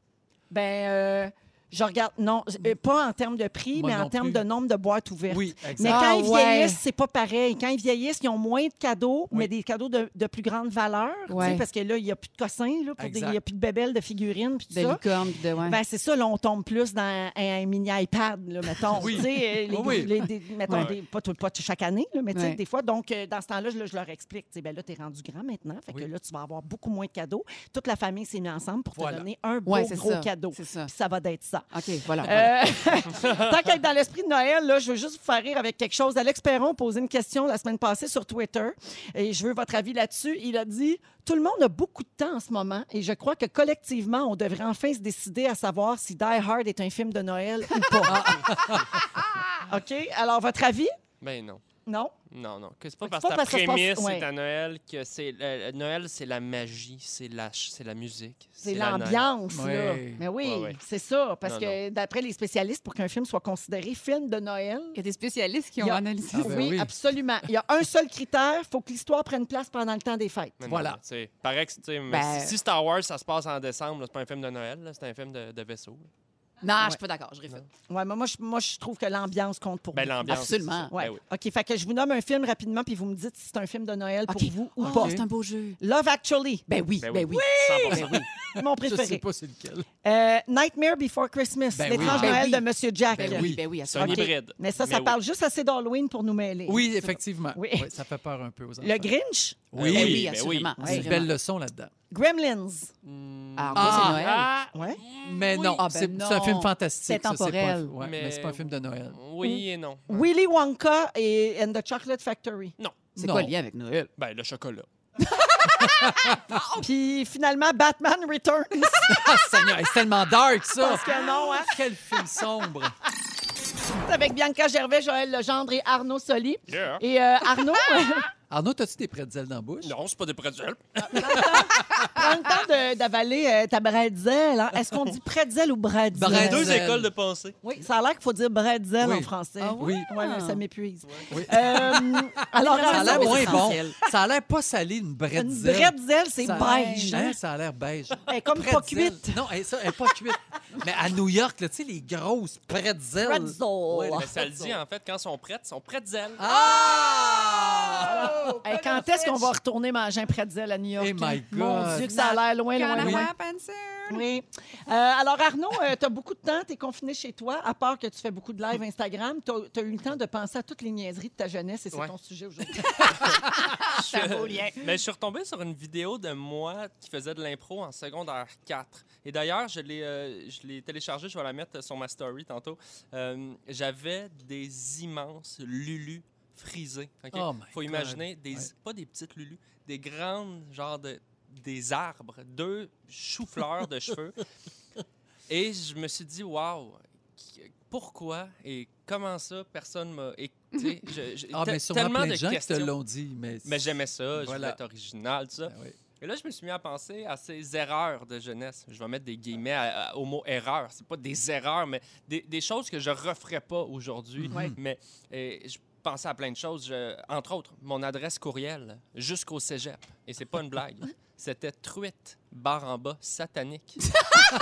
Je regarde, non, pas en termes de prix, Moi mais en non termes plus. de nombre de boîtes ouvertes. Oui, Mais exact. quand Ah, ils ouais. vieillissent, c'est pas pareil. Quand ils vieillissent, ils ont moins de cadeaux, Oui. mais des cadeaux de plus grande valeur. tu sais, Ouais. Parce que là, il n'y a plus de cossins, là, il n'y a plus de bébelles, de figurines, puis tout De ça. licorne, puis de... Ouais. Ben, c'est ça, là, on tombe plus dans un mini iPad, là, mettons. Oui. Tu sais, Oui. mettons, Ouais. pas chaque année, là, mais tu sais, Ouais. des fois. Donc, dans ce temps-là, je leur explique, tu sais, ben là, tu es rendu grand maintenant, fait Oui. que là, tu vas avoir beaucoup moins de cadeaux. Toute la famille s'est mise ensemble pour Voilà. te donner un beau Ouais, c'est gros ça. cadeau. C'est ça. Puis ça va d'être ça. OK, voilà. Tant qu'être dans l'esprit de Noël, là, je veux juste vous faire rire avec quelque chose. Alex Perron posé une question la semaine passée sur Twitter et je veux votre avis là-dessus. Il a dit « Tout le monde a beaucoup de temps en ce moment et je crois que collectivement, on devrait enfin se décider à savoir si Die Hard est un film de Noël ou pas. » OK? Alors, votre avis? Ben non. Non? Non, non. Que c'est pas C'est parce pas que ta parce que ça se passe- prémisse ouais. est à Noël que c'est... Noël, c'est la magie, c'est la musique. C'est la l'ambiance, là. Ouais. Mais oui, Ouais. c'est ça. Parce Non, que d'après les spécialistes, pour qu'un film soit considéré film de Noël, Il y a des spécialistes qui Il y ont a- analysé Ah, ça. ben oui, oui. absolument. Il y a un seul critère, il faut que l'histoire prenne place pendant le temps des fêtes. Mais non, Voilà. tu sais, paraît que, tu sais, mais Ben- si Star Wars, ça se passe en décembre, là, c'est pas un film de Noël, là, c'est un film de vaisseau. Non, je suis pas d'accord, je réfute. Ouais, mais moi, je trouve que l'ambiance compte pour Ben, vous. l'ambiance. Absolument. c'est ça. Ouais. Ben oui. OK, fait que je vous nomme un film rapidement, puis vous me dites si c'est un film de Noël pour OK. vous ou Oh, pas. c'est un beau jeu. Love Actually, Ben oui, Ben ben oui. oui. 100%. Ben oui. mon Je sais préféré. pas c'est lequel. Nightmare Before Christmas, Ben L'étrange oui. Noël Ben de Monsieur Jack. Ben Ben oui. oui, ben oui, C'est un OK. absolument. hybride. Mais ça Mais oui. parle juste assez d'Halloween pour nous mêler. Oui, effectivement. Oui. Oui, ça fait peur un peu aux enfants. Le Grinch, Oui, Ben oui, ben assurément. c'est une assurément. belle leçon là-dedans. Gremlins. Ah, moi, c'est Noël. Ah, Ouais. Mais non, Ah, ben c'est non. un film fantastique. C'est ça, temporel. pas, ouais, mais c'est pas un film de Noël. Oui et non. Willy Wonka et and the Chocolate Factory. C'est Non. quoi le lien avec Noël? Ben, le chocolat. Puis finalement, Batman Returns. Ah, Seigneur, c'est tellement dark, ça! Parce que non, hein? Quel film sombre! Avec Bianca Gervais, Joël Legendre et Arnaud Soli. Yeah. Et Arnaud, Arnaud, as-tu des pretzels dans la bouche? Non, c'est pas des pretzels. prends le temps d'avaler ta bretzel. Hein? Est-ce qu'on dit pretzel ou bretzel? Bretzel. Deux écoles de pensée. Oui, ça a l'air qu'il faut dire bretzel Oui. en français. Ah oui? Ouais, mais ça m'épuise. Oui. Alors, Ça a l'air Arnaud, moins bon. essentiel. Ça a l'air pas salé, une une bretzel. bretzel, c'est Ça- beige. Hein, Hein? ça a l'air beige. Elle est comme pas Pretzel. cuite. Non, elle est pas cuite. Mais à New York, là, tu sais, les grosses pretzels. Pretzel. Ouais, les Mais ça le dit, en fait, quand ils sont pretzels. Ah! Hey, quand est-ce qu'on va retourner manger un pretzel à New York? Oh my Mon God. Dieu, que ça a l'air loin, loin, Gonna loin. happen soon. Oui. Alors, Arnaud, tu as beaucoup de temps, tu es confiné chez toi, à part que tu fais beaucoup de live Instagram. Tu as eu le temps de penser à toutes les niaiseries de ta jeunesse et c'est Ouais. ton sujet aujourd'hui. C'est un beau lien. Mais je suis retombé sur une vidéo de moi qui faisait de l'impro en secondaire 4. Et d'ailleurs, je l'ai téléchargée, je vais la mettre sur ma story tantôt. J'avais des immenses lulus frisés. OK? Oh my Faut God. imaginer, Ouais. pas des petites lulus, des grandes, genre des arbres, 2 choux-fleurs de cheveux. Et je me suis dit, waouh, pourquoi et comment ça, personne m'a... Et, tu sais, Ah, mais sûrement tellement plein de de gens qui te questions. l'ont dit. Mais J'aimais ça, je Voilà. voulais être original, tout ça. Ben oui. Et là, je me suis mis à penser à ces erreurs de jeunesse. Je vais mettre des guillemets au mot erreur. C'est pas des erreurs, mais des choses que je referais pas aujourd'hui. Mhm. Mais je pensais à plein de choses. Entre autres, mon adresse courriel jusqu'au cégep. Et c'est pas une blague. C'était truite, barre en bas, satanique. C'est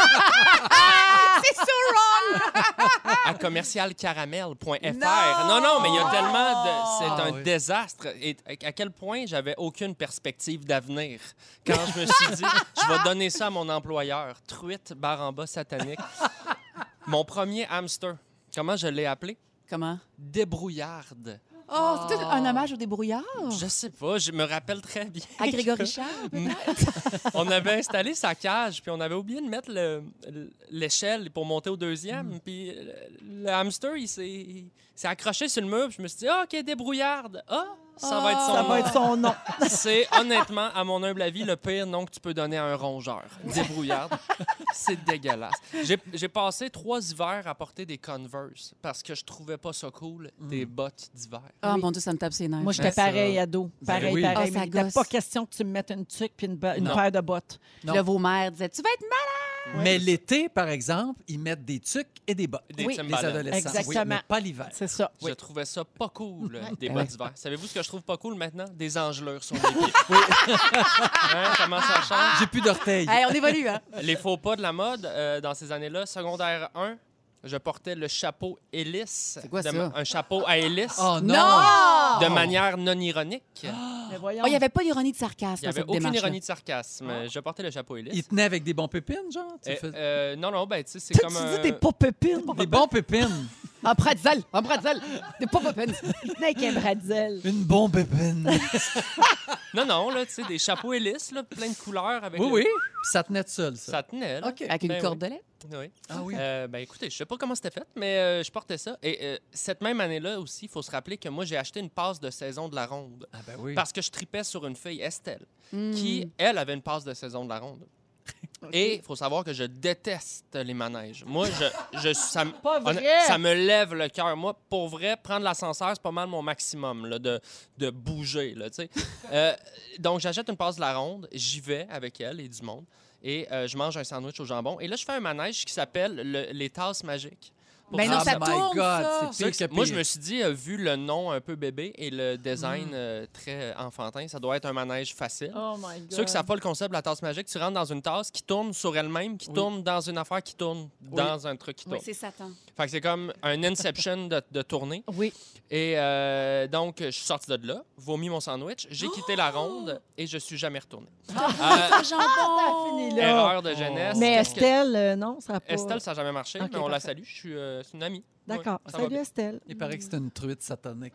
so wrong! À commercialcaramel.fr. Non! Non, mais il y a tellement de... C'est Ah, un oui. désastre. Et à quel point j'avais aucune perspective d'avenir. Quand je me suis dit, je vais donner ça à mon employeur. Truite, barre en bas, satanique. Mon premier hamster, comment je l'ai appelé? Comment? Débrouillarde. Oh, c'est tout un hommage au débrouillard. Je sais pas, je me rappelle très bien. À Grégory que- Charles. On avait installé sa cage, puis on avait oublié de mettre l'échelle pour monter au deuxième. Puis le hamster, il s'est accroché sur le mur. Puis je me suis dit, ah, OK, débrouillarde. Ah, ça va être son Ça nom. va être son nom. C'est honnêtement, à mon humble avis, le pire nom que tu peux donner à un rongeur. Débrouillarde. C'est dégueulasse. J'ai passé 3 hivers à porter des Converse parce que je trouvais pas ça cool, des bottes d'hiver. Oh Oui. mon Dieu, ça me tape ses nerfs. Moi, j'étais Ben, ça- pareil, ado. Pareil, oui. pareil. Ah, mais ça il n'était gosse. pas question que tu me mettes une tuque puis une Non. paire de bottes. Non. Là, vos mères disaient, tu vas être malade. Mais l'été, par exemple, ils mettent des tucs et des bottes. Des Oui. Les Timberland. adolescents. Exactement. Oui, mais pas l'hiver. C'est ça. Je trouvais ça pas cool, des Ben bottes ouais. d'hiver. Savez-vous ce que je trouve pas cool maintenant? Des engelures sur mes pieds. Hein, comment ça change? J'ai plus d'orteils. Hey, on évolue, hein? Les faux pas de la mode, dans ces années-là, secondaire 1, je portais le chapeau hélice. C'est quoi de ça? Un chapeau à hélice. Oh non! Non! De manière non ironique. Mais voyons. Oh, il n'y avait pas d'ironie de sarcasme Il n'y dans avait cette aucune démarche-là. ironie de sarcasme. Je portais le chapeau hélice. Ils tenaient avec des bons pépines, genre? Tu fais- Non, ben, tu sais, c'est Tu comme dis des pas pépines. Des bons pépines. Un pretzel, un pretzel. Des pop open. Avec un bretzel. Une bonne pépine. Non, là, tu sais, des chapeaux hélices, là, plein de couleurs. Avec Oui, le- oui. Puis ça tenait de seul, ça. Ça tenait, là. OK. Avec une Ben oui. cordelette. Oui. Ah oui. Ben écoutez, je sais pas comment c'était fait, mais je portais ça. Et cette même année-là aussi, il faut se rappeler que moi, j'ai acheté une passe de saison de la ronde. Ah ben oui. Parce que je tripais sur une fille, Estelle, Hmm. qui, elle, avait une passe de saison de la ronde. Et il faut savoir que je déteste les manèges. Moi, Pas vrai. ça me lève le cœur. Moi, pour vrai, prendre l'ascenseur, c'est pas mal mon maximum là, de bouger. Là, donc, j'achète une passe de la ronde, j'y vais avec elle et du monde, et je mange un sandwich au jambon. Et là, je fais un manège qui s'appelle les tasses magiques. Ben non, ça my tourne, God, ça. c'est pire que Moi, pire. je me suis dit, vu le nom un peu bébé et le design très enfantin, ça doit être un manège facile. Oh my God. Ceux qui savent pas le concept de la tasse magique, tu rentres dans une tasse qui tourne sur elle-même, qui tourne dans une affaire qui tourne dans un truc qui tourne. Oui, c'est Satan. Fait que c'est comme un Inception de tournée. Oui. Et donc, je suis sorti de là, vomi mon sandwich, j'ai quitté la ronde et je suis jamais retourné. Ah, jambon! fini là. Erreur de jeunesse. Mais Parce que Estelle, non, ça n'a pas... Estelle, ça n'a jamais marché, Ok, mais on la parfait. salue. C'est une amie. D'accord. Ouais, ça va Salut bien. Estelle. Il paraît que c'est une truite satanique.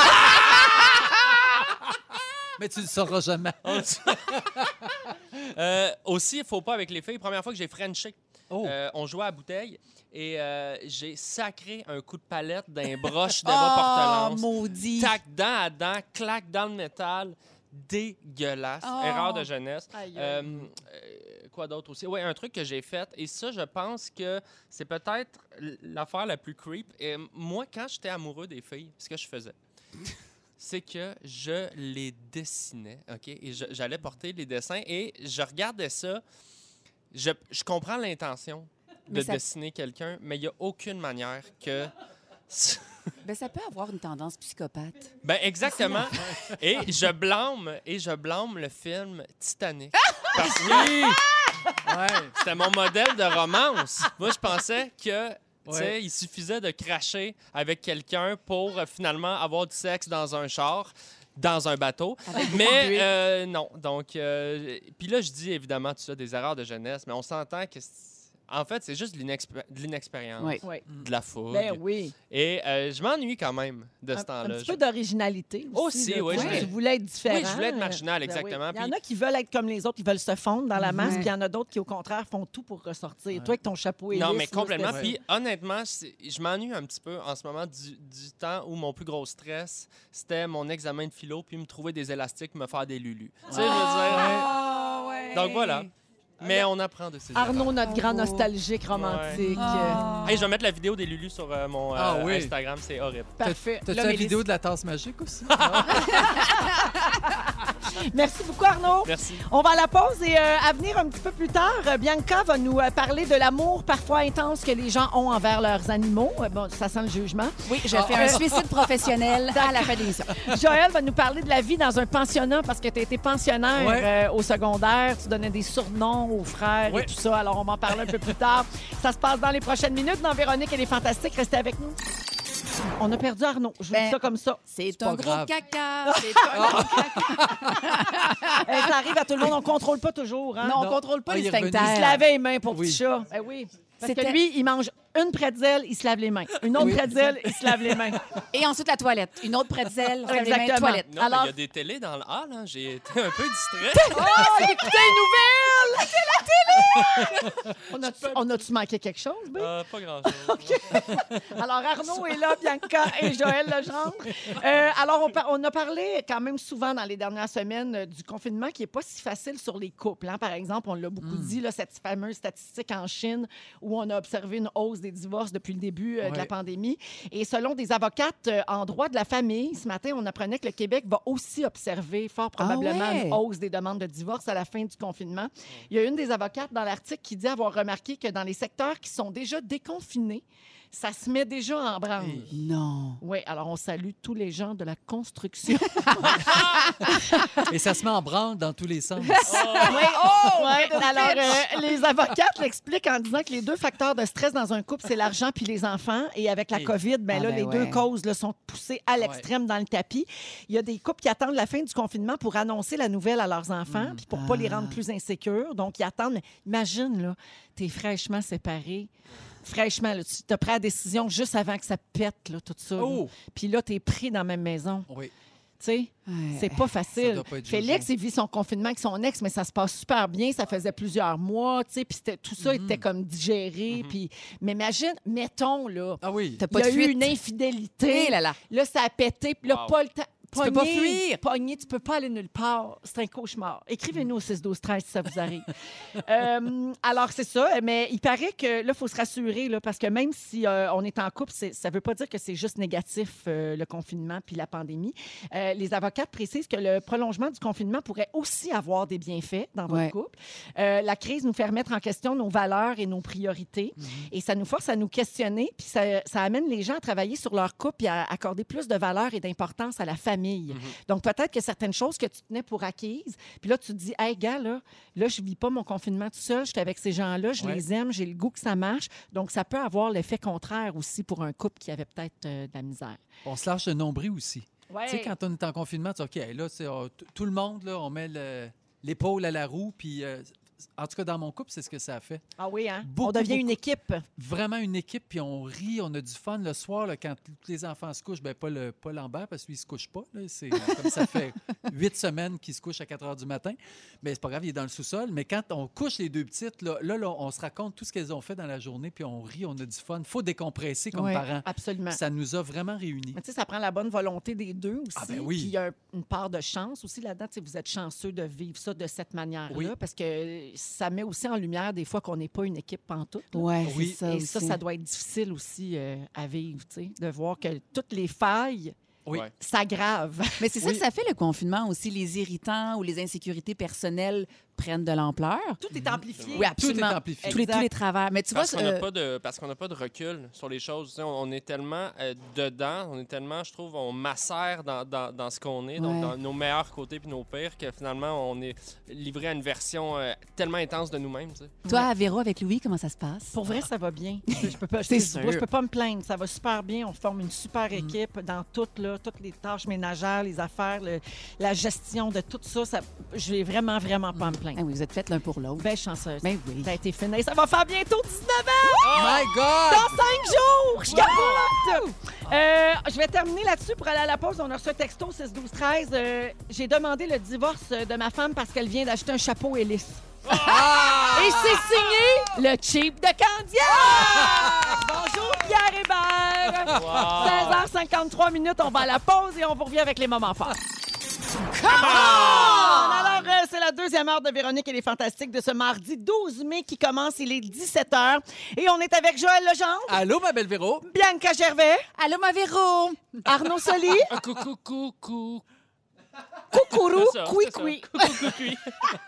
Mais tu le sauras jamais. Aussi, il ne faut pas avec les filles. Première fois que j'ai frenché, Oh. on jouait à bouteille et j'ai sacré un coup de palette d'un broche d'Eva Portelance. Maudit! Tac, dent à dent, claque dans le métal. Dégueulasse. Oh. Erreur de jeunesse. Aïe, aïe. Quoi d'autre aussi? Oui, un truc que j'ai fait, et ça, je pense que c'est peut-être l'affaire la plus creep. Et moi, quand j'étais amoureux des filles, ce que je faisais, c'est que je les dessinais, OK? Et j'allais porter les dessins et je regardais ça. Je comprends l'intention de Mais ça- dessiner quelqu'un, mais il n'y a aucune manière que... Ben, ça peut avoir une tendance psychopathe. Ben exactement. Et je blâme le film Titanic. Parce que c'était mon modèle de romance. Moi, je pensais que tu sais, il suffisait de cracher avec quelqu'un pour finalement avoir du sexe dans un char, dans un bateau. Mais non. Donc, puis là, je dis évidemment tout ça, des erreurs de jeunesse, mais on s'entend que en fait, c'est juste de l'inexpérience, Oui. Oui. de la fougue. Ben oui. Et je m'ennuie quand même de ce Un temps-là. petit peu d'originalité aussi. Aussi, là. oui, Tu je voulais- voulais être différent. Oui, je voulais être marginal, Ben exactement. oui. Il y en Puis- a qui veulent être comme les autres, ils veulent se fondre dans la masse, Ouais. puis il y en a d'autres qui, au contraire, font tout pour ressortir. Toi, avec ton chapeau et Non, mais complètement. Puis honnêtement, je m'ennuie un petit peu en ce moment du temps où mon plus gros stress, c'était mon examen de philo, puis me trouver des élastiques, me faire des lulus. Tu sais, je veux dire. Ah, ouais. Donc voilà. Mais on apprend de ces Arnaud, notre grand Oh. nostalgique romantique. Ah. Hey, je vais mettre la vidéo des lulus sur mon Ah oui. Instagram, c'est horrible. Parfait. T'as-tu Là, la Mélisse- vidéo de la tasse magique aussi? Merci beaucoup, Arnaud. Merci. On va à la pause et à venir un petit peu plus tard, Bianca va nous parler de l'amour parfois intense que les gens ont envers leurs animaux. Bon, ça sent le jugement. Oui, je fais un suicide professionnel à la fin de l'émission. Joël va nous parler de la vie dans un pensionnat parce que tu as été pensionnaire Ouais. au secondaire. Tu donnais des surnoms aux frères Ouais. et tout ça. Alors, on va en parler un peu plus tard. Ça se passe dans les prochaines minutes dans Véronique et les Fantastiques. Restez avec nous. On a perdu Arnaud. Je vous dis Ben, ça comme ça. C'est pas un gros grave. caca. C'est un gros caca. Ça arrive à tout le monde. On ne contrôle pas toujours. Hein? Non, on Non. contrôle pas Ah, les il est revenu. Il se sphincters. lavait les mains pour Oui. petit chat. Ben oui. Parce que C'était- lui, il mange une pretzel, il se lave les mains. Une autre Oui. pretzel, il se lave les mains. Et ensuite, la toilette. Une autre pretzel. on se lave les mains, Exactement. toilette. Non, Alors- mais il y a des télés dans le hall. Hein. J'ai été un peu distrait. Oh, il écoutait une nouvelle! C'est la télé! On a-tu manqué quelque chose, B? Pas grand-chose. Alors, Arnaud est là, Bianca et Joël Legendre. Alors, on a parlé quand même souvent dans les dernières semaines du confinement qui n'est pas si facile sur les couples. Hein. Par exemple, on l'a beaucoup dit, là, cette fameuse statistique en Chine où on a observé une hausse des divorces depuis le début de la Ouais. pandémie. Et selon des avocates en droit de la famille, ce matin, on apprenait que le Québec va aussi observer fort probablement Ah ouais? une hausse des demandes de divorce à la fin du confinement. Il y a une des avocates dans l'article qui dit avoir remarqué que dans les secteurs qui sont déjà déconfinés, ça se met déjà en branle. Non. Oui, alors on salue tous les gens de la construction. Et ça se met en branle dans tous les sens. Ouais, alors, les avocates l'expliquent en disant que les deux facteurs de stress dans un couple, c'est l'argent puis les enfants. Et avec la Et- COVID, ben Ah, là, ben les ouais. deux causes là, sont poussées à l'extrême dans le tapis. Il y a des couples qui attendent la fin du confinement pour annoncer la nouvelle à leurs enfants puis pour pas les rendre plus insécures. Donc, ils attendent. Mais imagine, là, t'es fraîchement séparés. Fraîchement, là, tu as pris la décision juste avant que ça pète, là, tout ça. là. Oh! Puis là, t'es pris dans la même maison. Oui. Tu sais, c'est pas facile. doit pas être Félix, il vit son confinement avec son ex, mais ça se passe super bien. Ça faisait plusieurs mois, tu sais, puis tout ça était comme digéré. Puis, mais imagine, mettons, là, Ah oui. T'as il pas y de a eu fuite. une infidélité. Eh là là. Là, ça a pété, puis là, Wow. pas le temps peux pas fuir. Pogné, tu peux pas aller nulle part. C'est un cauchemar. Écrivez-nous au 6-12-13 si ça vous arrive. Alors, c'est ça. Mais il paraît que là, il faut se rassurer là, parce que même si on est en couple, ça veut pas dire que c'est juste négatif, le confinement puis la pandémie. Les avocats précisent que le prolongement du confinement pourrait aussi avoir des bienfaits dans votre couple. La crise nous fait remettre en question nos valeurs et nos priorités. Et ça nous force à nous questionner. Puis ça amène les gens à travailler sur leur couple et à accorder plus de valeur et d'importance à la famille. Donc, peut-être que certaines choses que tu tenais pour acquises, puis là, tu te dis, « Hey, gars, là, je vis pas mon confinement tout seul. Je suis avec ces gens-là. Je les aime. J'ai le goût que ça marche. » Donc, ça peut avoir l'effet contraire aussi pour un couple qui avait peut-être de la misère. On se lâche le nombril aussi. Ouais. Tu sais, quand on est en confinement, tu dis, OK, là, tout le monde, là, on met l'épaule à la roue, puis en tout cas, dans mon couple, c'est ce que ça a fait. Ah oui, hein? Beaucoup, on devient une équipe. Vraiment une équipe, puis on rit, on a du fun. Le soir, là, quand tous les enfants se couchent, bien, pas Lambert, parce qu'il ne se couche pas. Là, c'est comme ça fait 8 semaines qu'il se couche à 4 heures du matin. Mais c'est pas grave, il est dans le sous-sol. Mais quand on couche les deux petites, là, on se raconte tout ce qu'elles ont fait dans la journée, puis on rit, on a du fun. Il faut décompresser comme parents. Absolument. Ça nous a vraiment réunis. Mais tu sais, ça prend la bonne volonté des deux aussi. Ah ben oui. Puis il y a une part de chance aussi là-dedans. Tu sais, vous êtes chanceux de vivre ça de cette manière-là, parce que ça met aussi en lumière des fois qu'on n'est pas une équipe pantoute. Oui, c'est ça. Et ça doit être difficile aussi à vivre, tu sais, de voir que toutes les failles s'aggravent. Mais c'est ça que ça fait le confinement aussi, les irritants ou les insécurités personnelles prennent de l'ampleur. Tout est amplifié. Oui, absolument. Tout est amplifié. Tous les travers. Mais tu parce vois, qu'on n'a pas de recul sur les choses. Tu sais, on est tellement dedans, on est tellement, je trouve, on macère dans ce qu'on est, donc dans nos meilleurs côtés puis nos pires, que finalement, on est livré à une version tellement intense de nous-mêmes. Tu sais. Toi, Véro, avec Louis, comment ça se passe? Pour vrai, ça va bien. Je peux pas, je peux pas me plaindre. Ça va super bien. On forme une super équipe dans toutes les tâches ménagères, les affaires, la gestion de tout ça. Je vais vraiment, vraiment pas me plaindre. Ah oui, vous êtes faites l'un pour l'autre. Belle chanceuse. Ben oui. Ça a été fini. Ça va faire bientôt 19 ans! Oh my God! Dans 5 jours! Je capote! Je vais terminer là-dessus pour aller à la pause. On a reçu un texto 6-12-13. J'ai demandé le divorce de ma femme parce qu'elle vient d'acheter un chapeau Ellis. Et c'est signé le cheap de Candiac! Bonjour Pierre Hébert! 16h53 minutes, on va à la pause et on vous revient avec les moments forts. Come on! Alors, c'est la deuxième heure de Véronique et les Fantastiques de ce mardi 12 mai qui commence. Il est 17h. Et on est avec Joël Legendre. Allô, ma belle Véro. Bianca Gervais. Allô, ma Véro. Arnaud Soli. Coucou. Coucourou. C'est ça, Couicoui. Coucou.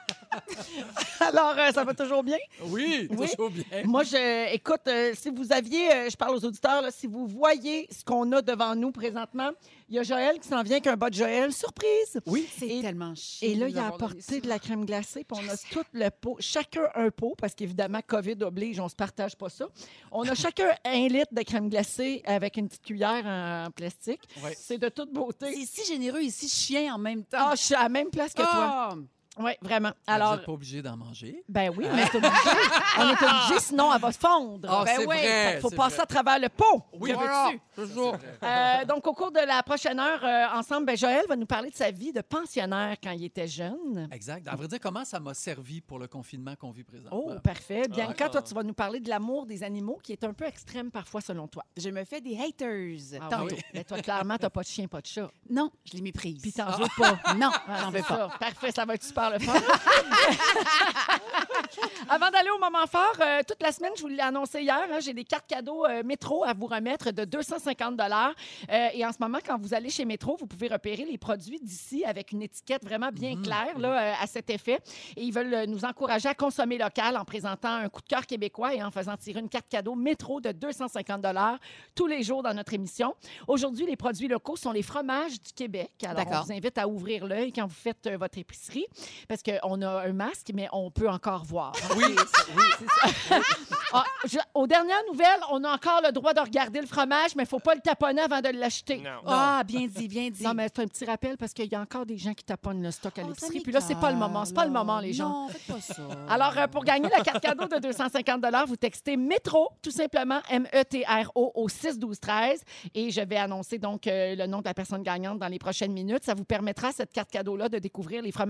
Alors, ça va toujours bien? Oui, toujours bien. Moi, écoute, si vous aviez, je parle aux auditeurs, là, si vous voyez ce qu'on a devant nous présentement, il y a Joël qui s'en vient avec un bas de Joël. Surprise! Oui. C'est tellement chiant. Et là, il a apporté de la crème glacée, puis on a tout le pot, chacun un pot, parce qu'évidemment, COVID oblige, on se partage pas ça. On a chacun 1 litre de crème glacée avec une petite cuillère en plastique. Ouais. C'est de toute beauté. C'est si généreux ici, chien en même temps. Ah, je suis à la même place que toi. Oui, vraiment. Alors, vous Alors, n'êtes pas obligé d'en manger. ben oui, on est obligé. On est obligé, sinon elle va se fondre. Ah, ben c'est oui, vrai, faut c'est passer vrai. à travers le pot. Oui, Que voilà. veux-tu? Toujours. Donc, au cours de la prochaine heure, ensemble, ben, Joël va nous parler de sa vie de pensionnaire quand il était jeune. Exact. À vrai dire, comment ça m'a servi pour le confinement qu'on vit présentement? Oh, parfait. Bianca, toi, tu vas nous parler de l'amour des animaux qui est un peu extrême parfois, selon toi. Je me fais des haters. Ah tantôt. oui. Mais toi, clairement, t'as pas de chien, pas de chat. Non, je les méprise. Puis t'en veux pas. Non, Ah, j'en c'est veux pas. ça. Parfait, ça va être super le fun. Avant d'aller au moment fort, toute la semaine, je vous l'ai annoncé hier, hein, j'ai des cartes cadeaux Métro à vous remettre de 250 Et en ce moment, quand vous allez chez Métro, vous pouvez repérer les produits d'ici avec une étiquette vraiment bien claire là, à cet effet. Et ils veulent nous encourager à consommer local en présentant un coup de cœur québécois et en faisant tirer une carte cadeau Métro de 250 tous les jours dans notre émission. Aujourd'hui, les produits locaux sont les fromages du Québec. Alors, on D'accord. vous invite à ouvrir l'œil quand vous faites votre épicerie parce qu'on a un masque, mais on peut encore voir. Oui, oui. Ah, aux dernières nouvelles, on a encore le droit de regarder le fromage, mais il ne faut pas le taponner avant de l'acheter. Non. Ah, bien dit, bien dit. Non, mais c'est un petit rappel parce qu'il y a encore des gens qui taponnent le stock à Oh, l'épicerie. ça Puis là, c'est pas le moment. C'est pas le m'écoeure, moment, là. les gens. Non, faites pas ça. Alors, pour gagner la carte cadeau de 250 vous textez métro, tout simplement, METRO au 6-12-13. Et je vais annoncer donc le nom de la personne gagnante dans les prochaines minutes. Ça vous permettra, cette carte cadeau-là, de découvrir les fromages québécois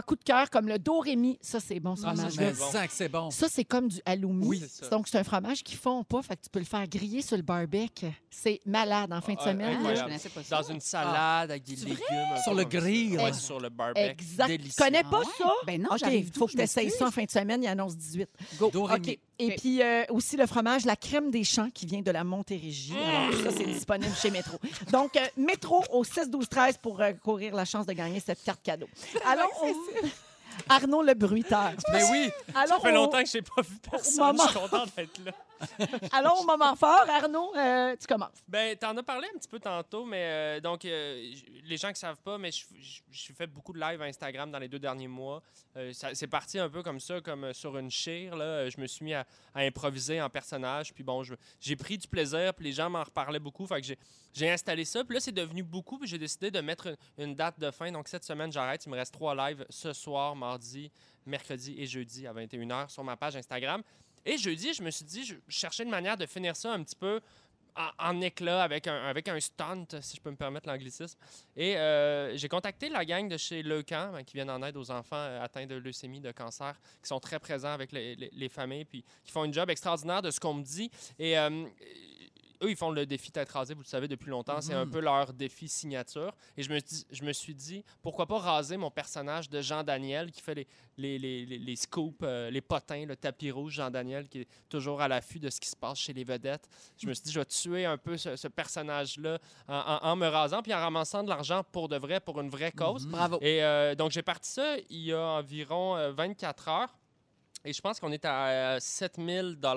choix coup de cœur comme le Dorémy. Ça, c'est bon, ce fromage-là. Je sens que c'est bon. Ça, c'est comme du halloumi. Oui, c'est ça. Donc, c'est un fromage qui fond pas, fait que tu peux le faire griller sur le barbecue. C'est malade en fin de semaine. Ah, là. je connaissais pas ça. Dans une salade avec des légumes. un Sur peu le comme ça. grill. Ouais, sur le barbecue. Exact. Tu Délicieux. connais pas Ah ouais? ça? Ben non, OK, j'arrive il faut d'où, que je tu essayes m'excuse. ça en fin de semaine. Il annonce 18. Dorémy. OK. Et puis aussi le fromage, la crème des champs qui vient de la Montérégie. Alors, ça, c'est disponible chez Métro. Donc, Métro au 6-12-13 pour courir la chance de gagner cette carte cadeau. Allons au... Arnaud le bruiteur. Mais oui. Ça fait longtemps que je n'ai pas vu personne. Je suis content d'être là. Allons au moment fort. Arnaud, tu commences. Ben, t'en as parlé un petit peu tantôt, mais les gens qui savent pas, mais je fais beaucoup de live Instagram dans les 2 derniers mois. C'est parti un peu comme ça, comme sur une chire. Là. Je me suis mis à improviser en personnage. Puis bon, j'ai pris du plaisir, puis les gens m'en reparlaient beaucoup. Fait que j'ai installé ça. Puis là, c'est devenu beaucoup, puis j'ai décidé de mettre une date de fin. Donc cette semaine, j'arrête. Il me reste 3 lives ce soir, mardi, mercredi et jeudi à 21h sur ma page Instagram. Et jeudi, je me suis dit, je cherchais une manière de finir ça un petit peu en éclat, avec un stunt, si je peux me permettre l'anglicisme. Et j'ai contacté la gang de chez Leucan, qui viennent en aide aux enfants atteints de leucémie, de cancer, qui sont très présents avec les familles, puis qui font un job extraordinaire de ce qu'on me dit. Et eux, ils font le défi tête rasée, vous le savez depuis longtemps. C'est un peu leur défi signature. Et je me suis dit, pourquoi pas raser mon personnage de Jean Daniel qui fait les scoops, les potins, le tapis rouge, Jean Daniel qui est toujours à l'affût de ce qui se passe chez les vedettes. Je me suis dit, je vais tuer un peu ce personnage-là en me rasant puis en ramassant de l'argent pour de vrai, pour une vraie cause. Bravo. Et donc, j'ai parti ça il y a environ 24 heures. Et je pense qu'on est à 7 000 déjà.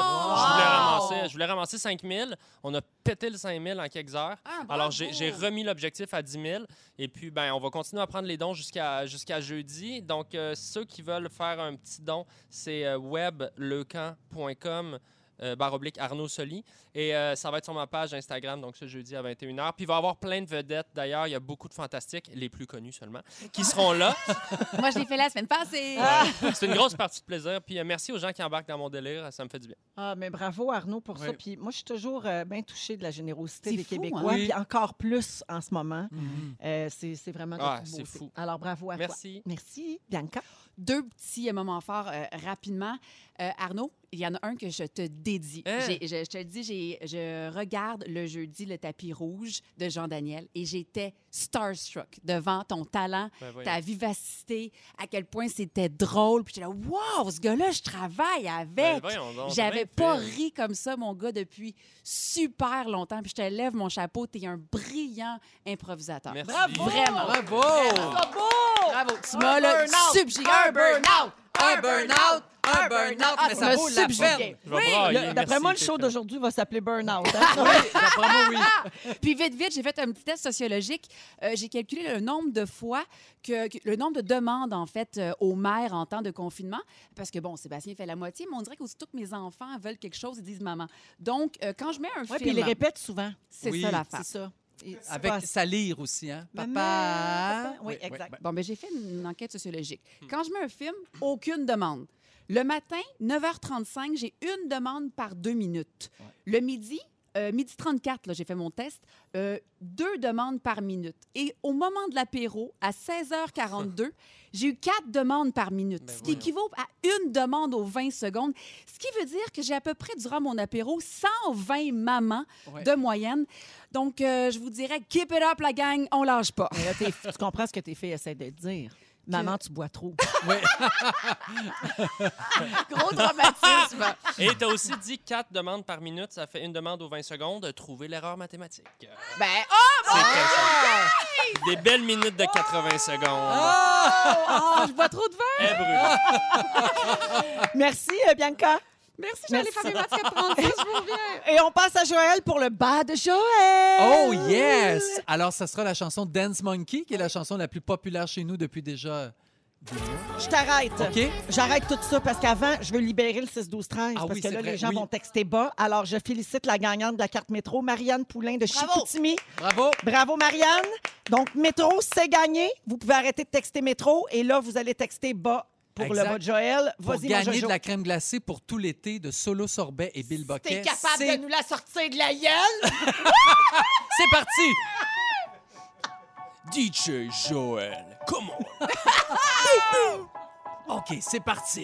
Je voulais ramasser 5 000. On a pété le 5 000 en quelques heures. Ah, bravo. Alors, j'ai remis l'objectif à 10 000. Et puis, ben, on va continuer à prendre les dons jusqu'à jeudi. Donc, ceux qui veulent faire un petit don, c'est webleucan.com. /Arnaud Soli. Et ça va être sur ma page Instagram, donc ce jeudi à 21h. Puis il va y avoir plein de vedettes. D'ailleurs, il y a beaucoup de fantastiques, les plus connus seulement, qui seront là. Moi, je l'ai fait la semaine passée. C'est une grosse partie de plaisir. Puis merci aux gens qui embarquent dans mon délire. Ça me fait du bien. Ah, mais bravo, Arnaud, pour ça. Oui. Puis moi, je suis toujours bien touchée de la générosité C'est des fou, Québécois. hein? Puis encore plus en ce moment. C'est vraiment de Ah, toute c'est beauté. fou. Alors, bravo à toi. Merci. Merci, Bianca. 2 petits moments forts rapidement. Arnaud, il y en a un que je te dédie. Hein? Je te le dis, je regarde le jeudi le tapis rouge de Jean Daniel et j'étais starstruck devant ton talent, Ben, voyons. ta vivacité, à quel point c'était drôle. Puis j'étais là, wow, ce gars-là, je travaille avec. Ben, voyons donc, J'avais bien pas fait. ri comme ça, mon gars, depuis super longtemps. Puis je te lève mon chapeau, t'es un brillant improvisateur. Merci. Vraiment. Bravo! Bravo, tu m'as là subjugué. Un burn-out! Un burn-out! Un burn-out! Mais ça me vaut la subjuguer. peine! Je vais brailler, D'après merci, moi, le t'es show fin. d'aujourd'hui va s'appeler Burnout. Hein? Oui, d'après moi, oui. Puis vite, j'ai fait un petit test sociologique. J'ai calculé le nombre de fois, le nombre de demandes, en fait, aux mères en temps de confinement. Parce que, bon, Sébastien fait la moitié, mais on dirait qu'aussitôt que mes enfants veulent quelque chose, ils disent maman. Donc, quand je mets un Oui, film... puis il les répète souvent. C'est Oui, ça l'affaire. C'est ça. Et c'est Avec pas- Salire aussi, hein? Maman, Papa. papa. Oui, exact. Bon, ben j'ai fait une enquête sociologique. Quand je mets un film, aucune demande. Le matin, 9h35, j'ai une demande par 2 minutes. Le midi, midi 34, là, j'ai fait mon test, 2 demandes par minute. Et au moment de l'apéro, à 16h42, j'ai eu 4 demandes par minute, Ben ce qui équivaut à une demande aux 20 secondes, ce qui veut dire que j'ai à peu près, durant mon apéro, 120 mamans Ouais. de moyenne. Donc, je vous dirais, keep it up, la gang, on lâche pas. Mais là, tu comprends ce que tes filles essaient de dire. Maman, tu bois trop. Gros dramatisme. Et tu as aussi dit 4 demandes par minute. Ça fait une demande aux 20 secondes. Trouver l'erreur mathématique. Ben, C'est intéressant. Des belles minutes de 80 secondes. je bois trop de vin. Eh, brûle. Merci, Bianca. Merci, Merci. Jean-Léon Famille 36, je vous reviens. Et on passe à Joël pour le bas de Joël. Oh yes! Alors, ça sera la chanson Dance Monkey, qui est la chanson la plus populaire chez nous depuis déjà des mois. Je t'arrête. OK? J'arrête tout ça parce qu'avant, je veux libérer le 6-12-13 Ah parce oui, que c'est là, vrai, les gens oui. vont texter bas. Alors, je félicite la gagnante de la carte métro, Marianne Poulain de Chicoutimi. Bravo! Bravo, Marianne. Donc, métro, c'est gagné. Vous pouvez arrêter de texter métro et là, vous allez texter bas pour Exact. le bas de Joël. Pour Vas-y, mon gagner Jojo. de la crème glacée pour tout l'été de Solo Sorbet et Bill Boquet. T'es capable c'est... de nous la sortir de la gueule? C'est parti! DJ Joël, come on! OK, c'est parti.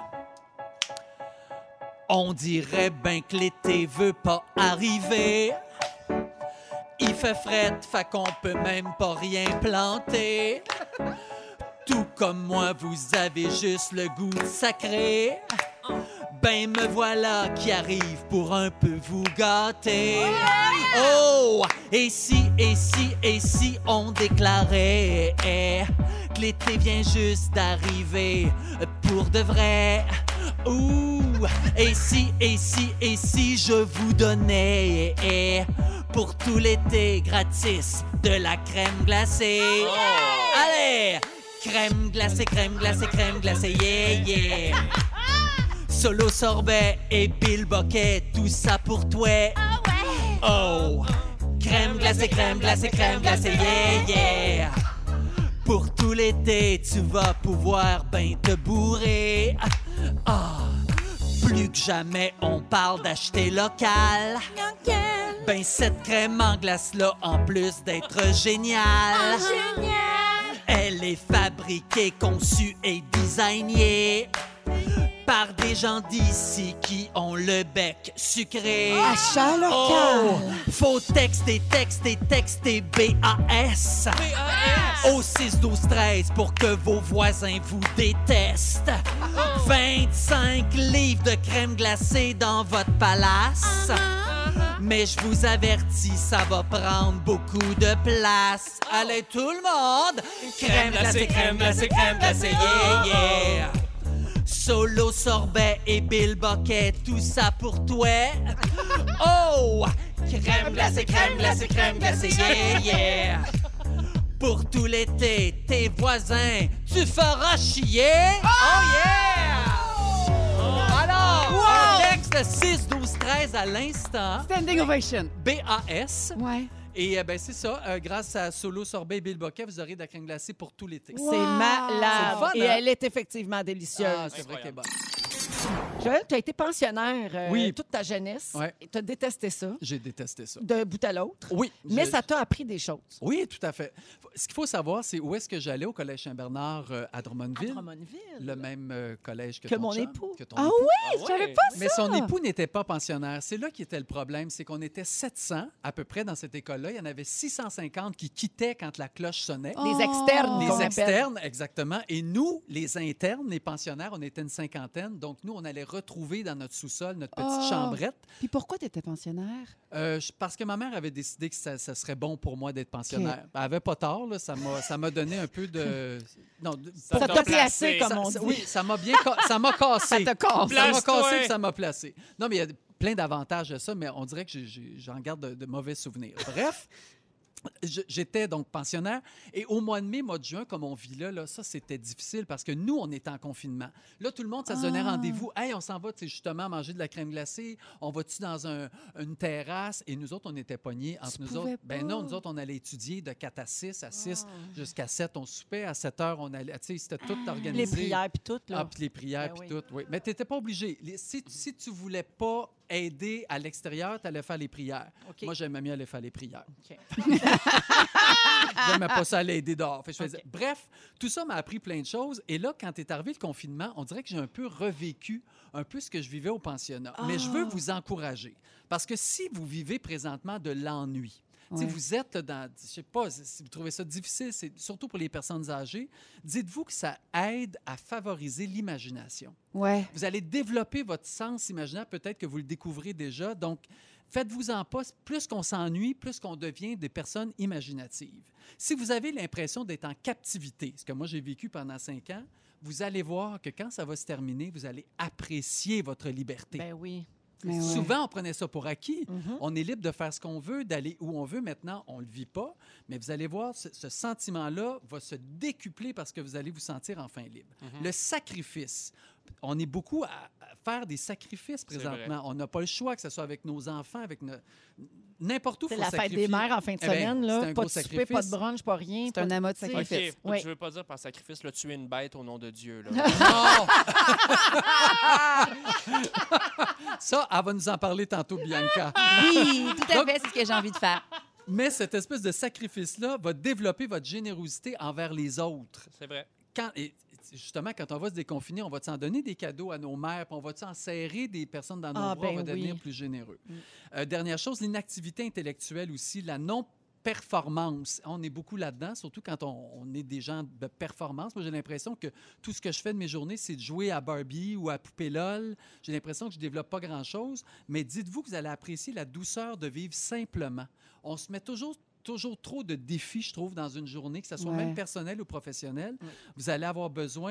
On dirait ben que l'été veut pas arriver. Il fait fret, fait qu'on peut même pas rien planter. Tout comme moi, vous avez juste le goût de sacré. Ben me voilà qui arrive pour un peu vous gâter. Oh! Et si on déclarait que l'été vient juste d'arriver pour de vrai? Ouh! Et si je vous donnais pour tout l'été gratis de la crème glacée? Allez! Crème glacée, yeah, yeah! Solo sorbet et Bill Boquet, tout ça pour toi. Oh! Crème glacée, yeah, yeah! Pour tout l'été, tu vas pouvoir ben te bourrer. Ah! Plus que jamais, on parle d'acheter local. Ben cette crème en glace-là, en plus d'être géniale, elle est fabriquée, conçue et designée par des gens d'ici qui ont le bec sucré. Achat local. Faut texter BAS au 6-12-13 pour que vos voisins vous détestent. 25 livres de crème glacée dans votre palace. Mais je vous avertis, ça va prendre beaucoup de place. Allez tout le monde! Crème glacée, yeah, yeah! Solo sorbet et Bill Boquet, tout ça pour toi. Oh! Crème glacée, yeah, yeah! Pour tout l'été, tes voisins, tu feras chier. Oh yeah! Alors, un texte 6-12-13 à l'instant. Standing ovation. BAS. Ouais. Et ben c'est ça, grâce à Solo Sorbet et Bill Boquet, vous aurez de la crème glacée pour tout l'été. C'est malade. C'est le fun, Et hein? elle est effectivement délicieuse. Ah, c'est vrai qu'elle est bonne. Joël, tu as été pensionnaire Oui. toute ta jeunesse. Ouais. Et tu as détesté ça, J'ai détesté ça. d'un bout à l'autre. Oui. Mais ça t'a appris des choses. Oui, tout à fait. Ce qu'il faut savoir, c'est où est-ce que j'allais au Collège Saint-Bernard à Drummondville. À Drummondville. Le même collège que Que ton mon chum, époux. que ton Ah époux. oui, je savais pas ça. Mais son époux n'était pas pensionnaire. C'est là qui était le problème. C'est qu'on était 700 à peu près dans cette école-là. Il y en avait 650 qui quittaient quand la cloche sonnait. Les externes, Les qu'on appelle. externes, exactement. Et nous, les internes, les pensionnaires, on était une cinquantaine. Donc, nous, on allait retrouver dans notre sous-sol notre petite chambrette. Puis pourquoi tu étais pensionnaire? Parce que ma mère avait décidé que ça serait bon pour moi d'être pensionnaire. Elle avait pas tort. Là. Ça m'a donné un peu de... Non, Ça t'a placé, comme on dit. Oui, ça m'a bien... ça m'a cassé. Ça te casse. Ça m'a Place-toi. cassé et ça m'a placé. Non, mais il y a plein d'avantages de ça, mais on dirait que j'en garde de mauvais souvenirs. Bref... J'étais donc pensionnaire et au mois de mai, mois de juin, comme on vit là, ça, c'était difficile parce que nous, on était en confinement. Là, tout le monde, ça se donnait rendez-vous. Hey, on s'en va, tu sais, justement, manger de la crème glacée. On va-tu dans une terrasse? Et nous autres, on était pognés entre nous autres. Ben non, nous autres, on allait étudier de 4 à 6, à 6 jusqu'à 7. On soupait. À 7 heures, on allait, tu sais, c'était tout organisé. Les prières puis tout, là. Ah, puis les prières Ben puis tout, oui. Mais tu n'étais pas obligé. Si tu voulais pas aider à l'extérieur, tu allais faire les prières. OK. Moi, j'aimais mieux aller faire les prières. OK. J'aimais pas ça aller aider dehors. Fait que je faisais... Bref, tout ça m'a appris plein de choses. Et là, quand est arrivé le confinement, on dirait que j'ai un peu revécu un peu ce que je vivais au pensionnat. Mais je veux vous encourager. Parce que si vous vivez présentement de l'ennui, tu sais, vous êtes là dans, je sais pas, si vous trouvez ça difficile, c'est surtout pour les personnes âgées, dites-vous que ça aide à favoriser l'imagination. Ouais. Vous allez développer votre sens imaginaire, peut-être que vous le découvrez déjà. Donc, faites-vous-en pas. Plus qu'on s'ennuie, plus qu'on devient des personnes imaginatives. Si vous avez l'impression d'être en captivité, ce que moi j'ai vécu pendant 5 ans, vous allez voir que quand ça va se terminer, vous allez apprécier votre liberté. Ben oui. Mais ouais. Souvent, on prenait ça pour acquis. On est libre de faire ce qu'on veut, d'aller où on veut. Maintenant, on ne le vit pas. Mais vous allez voir, ce sentiment-là va se décupler parce que vous allez vous sentir enfin libre. Le sacrifice. On est beaucoup à faire des sacrifices présentement. On n'a pas le choix, que ce soit avec nos enfants, avec n'importe où. C'est faut la fête sacrifier. des mères en fin de Eh bien, semaine, c'est là. un Pas gros de souper, sacrifice. pas de brunch, pas rien. C'est un amas de tu sais. sacrifice. OK, Oui. tu veux pas dire par sacrifice, là, tuer une bête au nom de Dieu. Là. Non! Ça, elle va nous en parler tantôt, Bianca. Oui, tout à fait, c'est ce que j'ai envie de faire. Mais cette espèce de sacrifice-là va développer votre générosité envers les autres. C'est vrai. Justement, quand on va se déconfiner, on va s'en donner des cadeaux à nos mères, puis on va s'en serrer des personnes dans nos bras, on va devenir plus généreux. Dernière chose, l'inactivité intellectuelle aussi, la non-performance. On est beaucoup là-dedans, surtout quand on est des gens de performance. Moi, j'ai l'impression que tout ce que je fais de mes journées, c'est de jouer à Barbie ou à Poupée LOL. J'ai l'impression que je ne développe pas grand-chose, mais dites-vous que vous allez apprécier la douceur de vivre simplement. On se met toujours trop de défis, je trouve, dans une journée, que ce soit même personnel ou professionnel. Vous allez avoir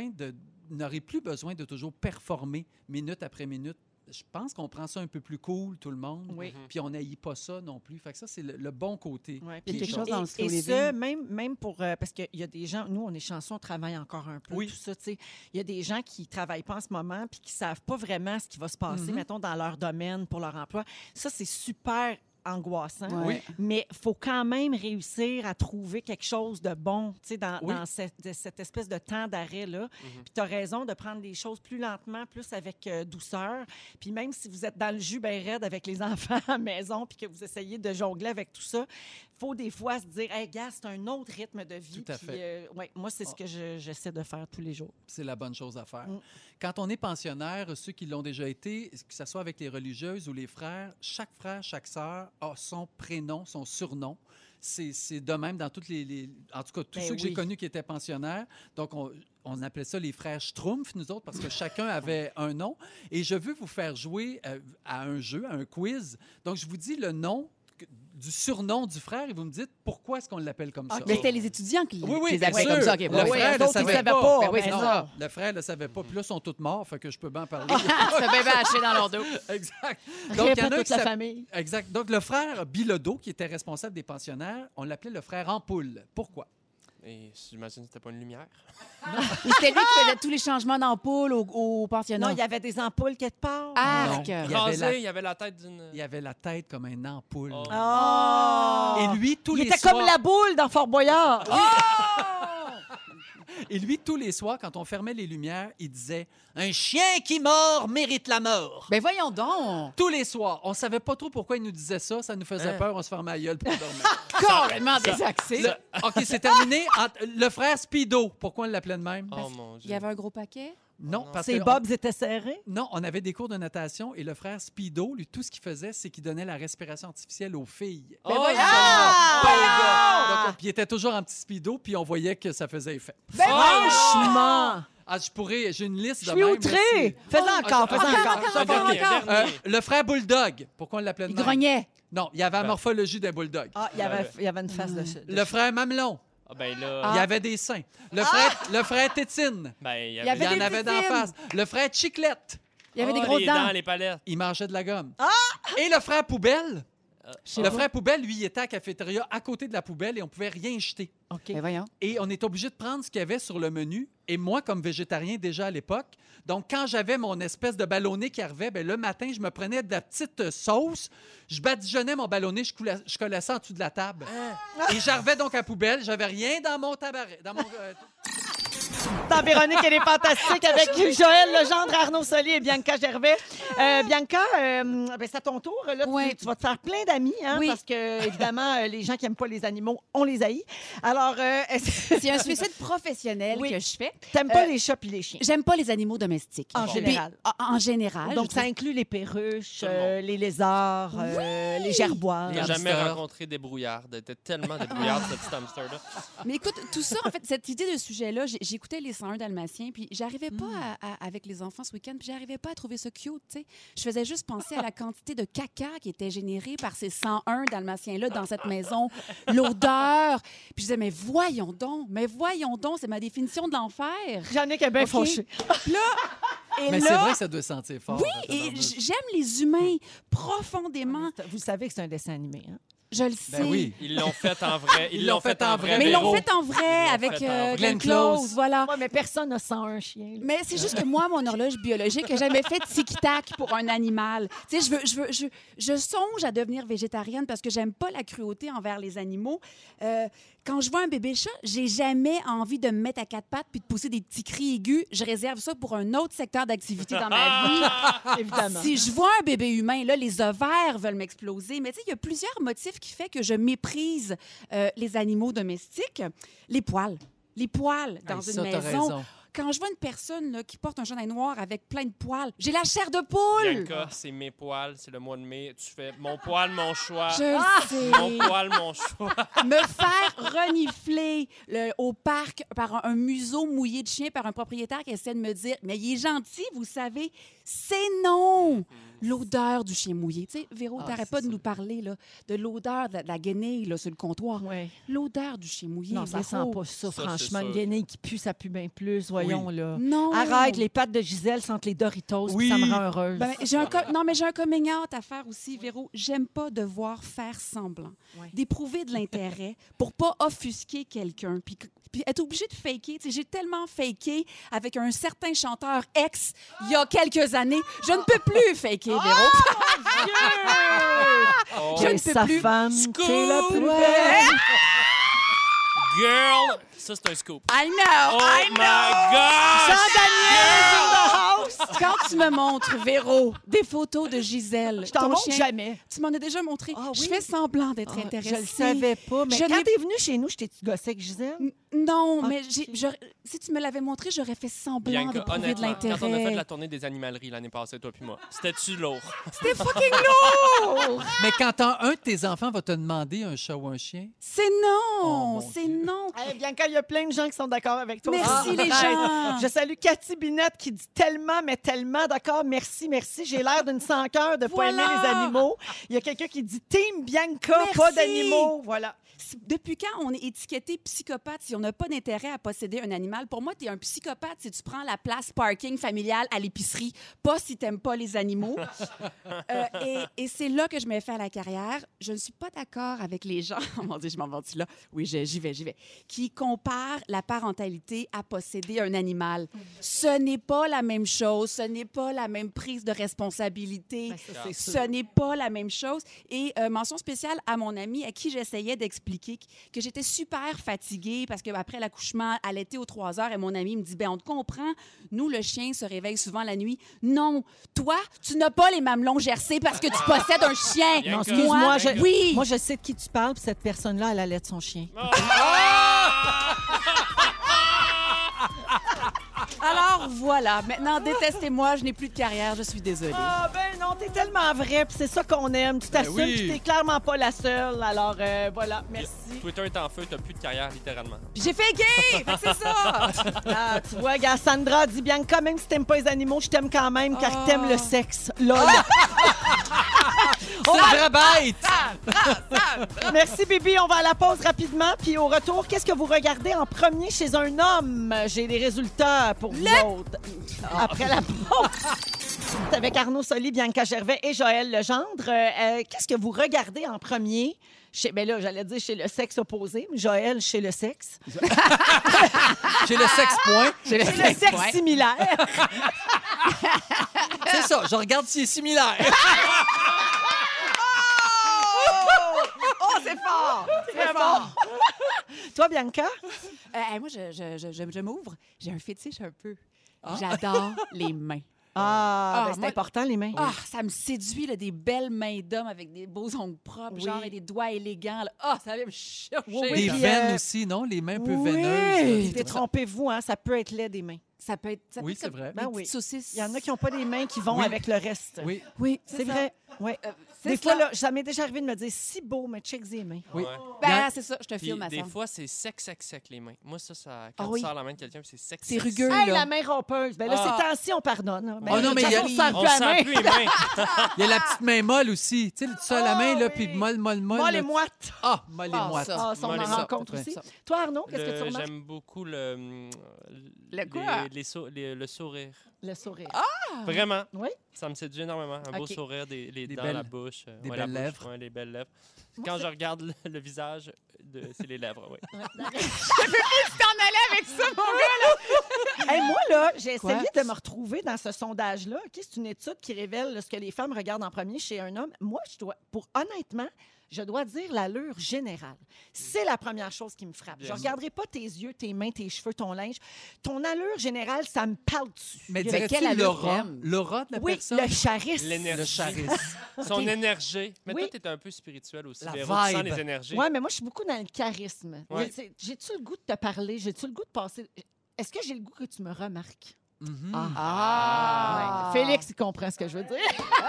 n'aurez plus besoin de toujours performer minute après minute. Je pense qu'on prend ça un peu plus cool, tout le monde, puis on n'haït pas ça non plus. Fait que ça, c'est le bon côté. Il y a quelque chose dans le slow living. living. Ça, même pour... parce qu'il y a des gens... Nous, on est chanceux, on travaille encore un peu, tout ça, tu sais. Il y a des gens qui ne travaillent pas en ce moment puis qui ne savent pas vraiment ce qui va se passer, mettons, dans leur domaine, pour leur emploi. Ça, c'est super angoissant, mais il faut quand même réussir à trouver quelque chose de bon dans cette espèce de temps d'arrêt-là. Puis tu as raison de prendre les choses plus lentement, plus avec douceur. Puis même si vous êtes dans le jus bien raide avec les enfants à la maison puis que vous essayez de jongler avec tout ça, il faut des fois se dire « Hey, gars, c'est un autre rythme de vie. » Tout à fait. Moi, c'est ce que j'essaie de faire tous les jours. C'est la bonne chose à faire. Quand on est pensionnaire, ceux qui l'ont déjà été, que ce soit avec les religieuses ou les frères, chaque sœur a son prénom, son surnom. C'est de même dans toutes en tout cas, tous ceux que j'ai connus qui étaient pensionnaires. Donc, on appelait ça les frères Schtroumpfs, nous autres, parce que chacun avait un nom. Et je veux vous faire jouer à un jeu, à un quiz. Donc, je vous dis le nom du surnom du frère et vous me dites pourquoi est-ce qu'on l'appelle comme ça. Mais c'était les étudiants qui les appelaient comme ça. Le frère ne savait pas. Ça. Le frère ne le savait pas. Puis là, ils sont tous morts, fait que je peux bien en parler. C'est bébé haché dans leur dos. Exact. Donc, il y en a toute la famille. Exact. Donc, le frère Bilodeau, qui était responsable des pensionnaires, on l'appelait le frère Ampoule. Pourquoi? Et j'imagine que c'était pas une lumière. C'était lui qui faisait tous les changements d'ampoule au pensionnat. Non, il y avait des ampoules quelque part. Arc! Il y avait la tête d'une... Il avait la tête comme une ampoule. Oh! Et lui, tous les soirs... Il était comme la boule dans Fort Boyard. Et lui, tous les soirs, quand on fermait les lumières, il disait « Un chien qui mord mérite la mort. » Ben voyons donc! Tous les soirs. On savait pas trop pourquoi il nous disait ça. Ça nous faisait peur. On se fermait la gueule pour dormir. Carrément désaxé. OK, c'est terminé. Le frère Speedo. Pourquoi on l'appelait de même? Oh mon Dieu. Il y avait un gros paquet? Non, parce Ses que... bobs étaient serrés? Non, on avait des cours de natation et le frère Speedo, lui, tout ce qu'il faisait, c'est qu'il donnait la respiration artificielle aux filles. Ben voyons! Donc, puis il était toujours en petit Speedo, puis on voyait que ça faisait effet. Ben franchement! J'ai une liste de Je suis outrée! Fais-en encore, Encore. Le frère Bulldog, pourquoi on l'appelait de Il même? grognait. Non, il y avait la morphologie d'un bulldog. Ah, il y avait une face de Le frère Mamelon. Ah ben là... Il y avait des seins. Le frère Tétine. Ben, il y avait Il y en des avait d'en tétines. face. Le frère Chiclette. Il y avait des grosses les dents. les palettes. Il mangeait de la gomme. Et le frère Poubelle. Le Frère Poubelle, lui, il était à la cafétéria à côté de la poubelle et on pouvait rien jeter. Ben voyons. Et on est obligé de prendre ce qu'il y avait sur le menu. Et moi, comme végétarien déjà à l'époque, donc quand j'avais mon espèce de ballonné qui arrivait, ben, le matin, je me prenais de la petite sauce, je badigeonnais mon ballonné, je collais ça en dessous de la table. Et j'arrivais donc à la poubelle, j'avais rien dans mon tabaret. Dans Véronique, elle est fantastique avec Joël Legendre, Arnaud Soli et Bianca Gervais. Bianca, c'est à ton tour. Là, tu vas te faire plein d'amis, hein, parce que, évidemment, les gens qui n'aiment pas les animaux, on les haït. Alors, c'est un suicide professionnel que je fais. T'aimes pas les chats et les chiens? J'aime pas les animaux domestiques. En général. En général. Donc, ça inclut les perruches, les lézards, les gerbois. J'ai jamais rencontré des brouillards. T'étais tellement débrouillard, ce petit hamster-là. Mais écoute, tout ça, en fait, cette idée de sujet-là, j'écoutais les 101 Dalmatiens, puis j'arrivais pas avec les enfants ce week-end, puis j'arrivais pas à trouver ça cute, tu sais. Je faisais juste penser à la quantité de caca qui était générée par ces 101 Dalmatiens-là dans cette maison, l'odeur. Puis je disais, mais voyons donc, c'est ma définition de l'enfer. Jannick est bien fauchée. Mais c'est vrai que ça doit sentir fort. Oui, et j'aime les humains profondément. Vous savez que c'est un dessin animé, hein? Je le sais. Ben oui. Ils l'ont fait en vrai. Ils l'ont fait en vrai. Mais ils l'ont fait en vrai avec Glenn Close, voilà. Ouais, mais personne n'a 101 chiens. Là. Mais c'est juste que moi, mon horloge biologique n'a jamais fait tic-tac pour un animal. Tu sais, je songe à devenir végétarienne parce que j'aime pas la cruauté envers les animaux. Quand je vois un bébé chat, j'ai jamais envie de me mettre à quatre pattes puis de pousser des petits cris aigus. Je réserve ça pour un autre secteur d'activité dans ma vie. Évidemment. Si je vois un bébé humain, là, les ovaires veulent m'exploser. Mais tu sais, il y a plusieurs motifs qui font que je méprise les animaux domestiques. Les poils. Les poils dans Hey, une ça, t'as maison. raison. Quand je vois une personne là, qui porte un chandail noir avec plein de poils, j'ai la chair de poule. Bianca, c'est mes poils, c'est le mois de mai. Tu fais mon poil, mon choix. Je sais. Mon poil, mon choix. Me faire renifler au parc par un museau mouillé de chien par un propriétaire qui essaie de me dire « Mais il est gentil, vous savez. » C'est non! L'odeur du chien mouillé. Tu sais, Véro, t'arrêtes pas de nous parler là, de l'odeur de la guenille là, sur le comptoir. Ouais. L'odeur du chien mouillé. Non, ça Véro. sent pas ça, Ça, franchement. c'est Une sûr. guenille qui pue, ça pue bien plus. Voyons, là. Non. Arrête, les pattes de Gisèle sentent les Doritos, puis ça me rend heureuse. Ben, non, mais j'ai un coming out à faire aussi, Véro. J'aime pas devoir faire semblant, Ouais. d'éprouver de l'intérêt pour pas offusquer quelqu'un, puis être obligé de faker. Tu sais, j'ai tellement faké avec un certain chanteur ex il y a quelques années. Je ne peux plus faker, Véro. Oh, Je ne Et peux sa plus. femme, Scoop! c'est la plus Ouais. belle. girl! Ça, c'est un scoop. I know, Oh I my know. gosh! Jean-Daniel in the house! Quand tu me montres, Véro, des photos de Gisèle, Je t'en ton montre chien, jamais. tu m'en as déjà montré. Ah Je oui? fais semblant d'être Ah, intéressée. je le savais pas. Mais Je quand n'ai- t'es venue chez nous, je t'ai-tu gossé avec Gisèle? Non, Ah, mais ok. si tu me l'avais montré, j'aurais fait semblant Bianca, d'éprouver de honnêtement, quand on a fait l'intérêt. la tournée des animaleries l'année passée, toi puis moi, c'était-tu lourd? C'était fucking lourd! Mais quand un de tes enfants va te demander un chat ou un chien, C'est Oh, non! mon C'est Dieu. non! Eh bien, quand il y a plein de gens qui sont d'accord avec toi. Merci, les arrête. gens. Je salue Cathy Binette qui dit tellement, mais tellement d'accord. Merci, merci. J'ai l'air d'une sans-cœur de pas Voilà. aimer les animaux. Il y a quelqu'un qui dit Team Bianca, Merci. pas d'animaux. Voilà. Depuis quand on est étiqueté psychopathe si on n'a pas d'intérêt à posséder un animal? Pour moi, tu es un psychopathe si tu prends la place parking familiale à l'épicerie, pas si tu n'aimes pas les animaux. Et c'est là que je me fais à la carrière. Je ne suis pas d'accord avec les gens, oh mon Dieu, je m'en vais là. Oui, j'y vais, qui comparent la parentalité à posséder un animal. Ce n'est pas la même chose, ce n'est pas la même prise de responsabilité. Ben, ça, c'est sûr. Ce n'est pas la même chose. Et mention spéciale à mon ami à qui j'essayais d'expliquer que j'étais super fatiguée parce qu'après l'accouchement, à l'été aux 3 heures, et mon ami me dit, ben on te comprend, nous, le chien se réveille souvent la nuit. Non, toi, tu n'as pas les mamelons gercés parce que tu possèdes un chien. Non, Excuse-moi, Moi, oui. moi, je sais de qui tu parles, puis cette personne-là, elle allait de son chien. Alors voilà, maintenant, détestez-moi, je n'ai plus de carrière, je suis désolée. Ah, ben non, t'es tellement vrai, puis c'est ça qu'on aime. Tu t'assumes, oui. puis t'es clairement pas la seule. Alors, voilà, merci. Twitter est en feu, t'as plus de carrière, littéralement. J'ai faké, fait que c'est ça. Ah, tu vois, gars, Sandra dit Bianca, même si t'aimes pas les animaux, je t'aime quand même, car Oh. t'aimes le sexe. Lol. c'est la vraie bête! Merci, Bibi. On va à la pause rapidement. Puis au retour, qu'est-ce que vous regardez en premier chez un homme? J'ai les résultats pour vous autres. Après la pause. C'est avec Arnaud Soli, Bianca Gervais et Joël Legendre. Qu'est-ce que vous regardez en premier? Ben là, j'allais dire chez le sexe opposé, mais Joël, chez le sexe. J'ai le sexe point. Chez le sexe similaire. C'est ça, je regarde s'il est similaire. Oh, c'est fort! Très bon. Toi, Bianca? Moi, je m'ouvre. J'ai un fétiche un peu. J'adore les mains. Ah, ben, c'est moi- important, les mains. Ah, ça me séduit, là, des belles mains d'hommes avec des beaux ongles propres, Oui. genre, et des doigts élégants. Là. Ah, ça vient me chercher. Oui, Des puis, veines aussi, non? Les mains un peu oui. veineuses. Détrompez-vous, hein, ça peut être laid des mains. Ça peut être. Ça peut Oui, être c'est comme vrai. des Ben oui. petites saucisses. Il y en a qui n'ont pas des mains qui vont Oui. avec le reste. Oui, Oui, C'est ça. vrai. Ouais. C'est Des ça. fois, là, ça m'est déjà arrivé de me dire si beau, mais check les mains. oui. Ouais. Ben, c'est ça, je te Puis filme à des ça. fois, c'est sec, les mains. Moi, ça quand Ah tu oui. sors la main de quelqu'un, puis c'est sec. C'est rugueux. Hey, là. la main rompeuse. Ben là, Ah. ces temps-ci, on pardonne. hein. Oh non, mais de toute il y a- façon, on sent On plus la main. sent plus les mains. Il y a la petite main molle aussi. Tu sais, ça, la main, là, puis molle. Moi, les là. moites. Ah, molle et Ah, moite. ça. Ah, ça, on Moi, en les rencontre ça. aussi. Toi, Arnaud, qu'est-ce que tu remarques? J'aime beaucoup Le quoi? le sourire. Le sourire. Vraiment. Oui? Ça me séduit énormément. Un beau Ok. sourire, les Des dents, belles- la bouche. des la belles bouche, lèvres. ouais, les belles lèvres. Moi, Quand c'est- je regarde le visage, c'est les lèvres, oui. Hey, moi, là, j'ai Quoi? essayé de me retrouver dans ce sondage-là. OK, c'est une étude qui révèle ce que les femmes regardent en premier chez un homme. Moi, honnêtement, je dois dire l'allure générale. C'est la première chose qui me frappe. Je ne regarderai pas tes yeux, tes mains, tes cheveux, ton linge. Ton allure générale, ça me parle dessus. Mais De dirais-tu quelle allure l'aura? t'aimes? L'aura de la Oui, personne? le charisme. L'énergie. Le charisme. Son énergie. Mais Oui. toi, t'es un peu spirituel aussi. La Véro, tu sens vibe. les énergies. Oui, mais moi, je suis beaucoup dans le charisme. Ouais. J'ai-tu le goût de te parler? J'ai-tu le goût de passer... Est-ce que j'ai le goût que tu me remarques? Mhm. Ah! Ouais. Félix, il comprend ce que je veux dire.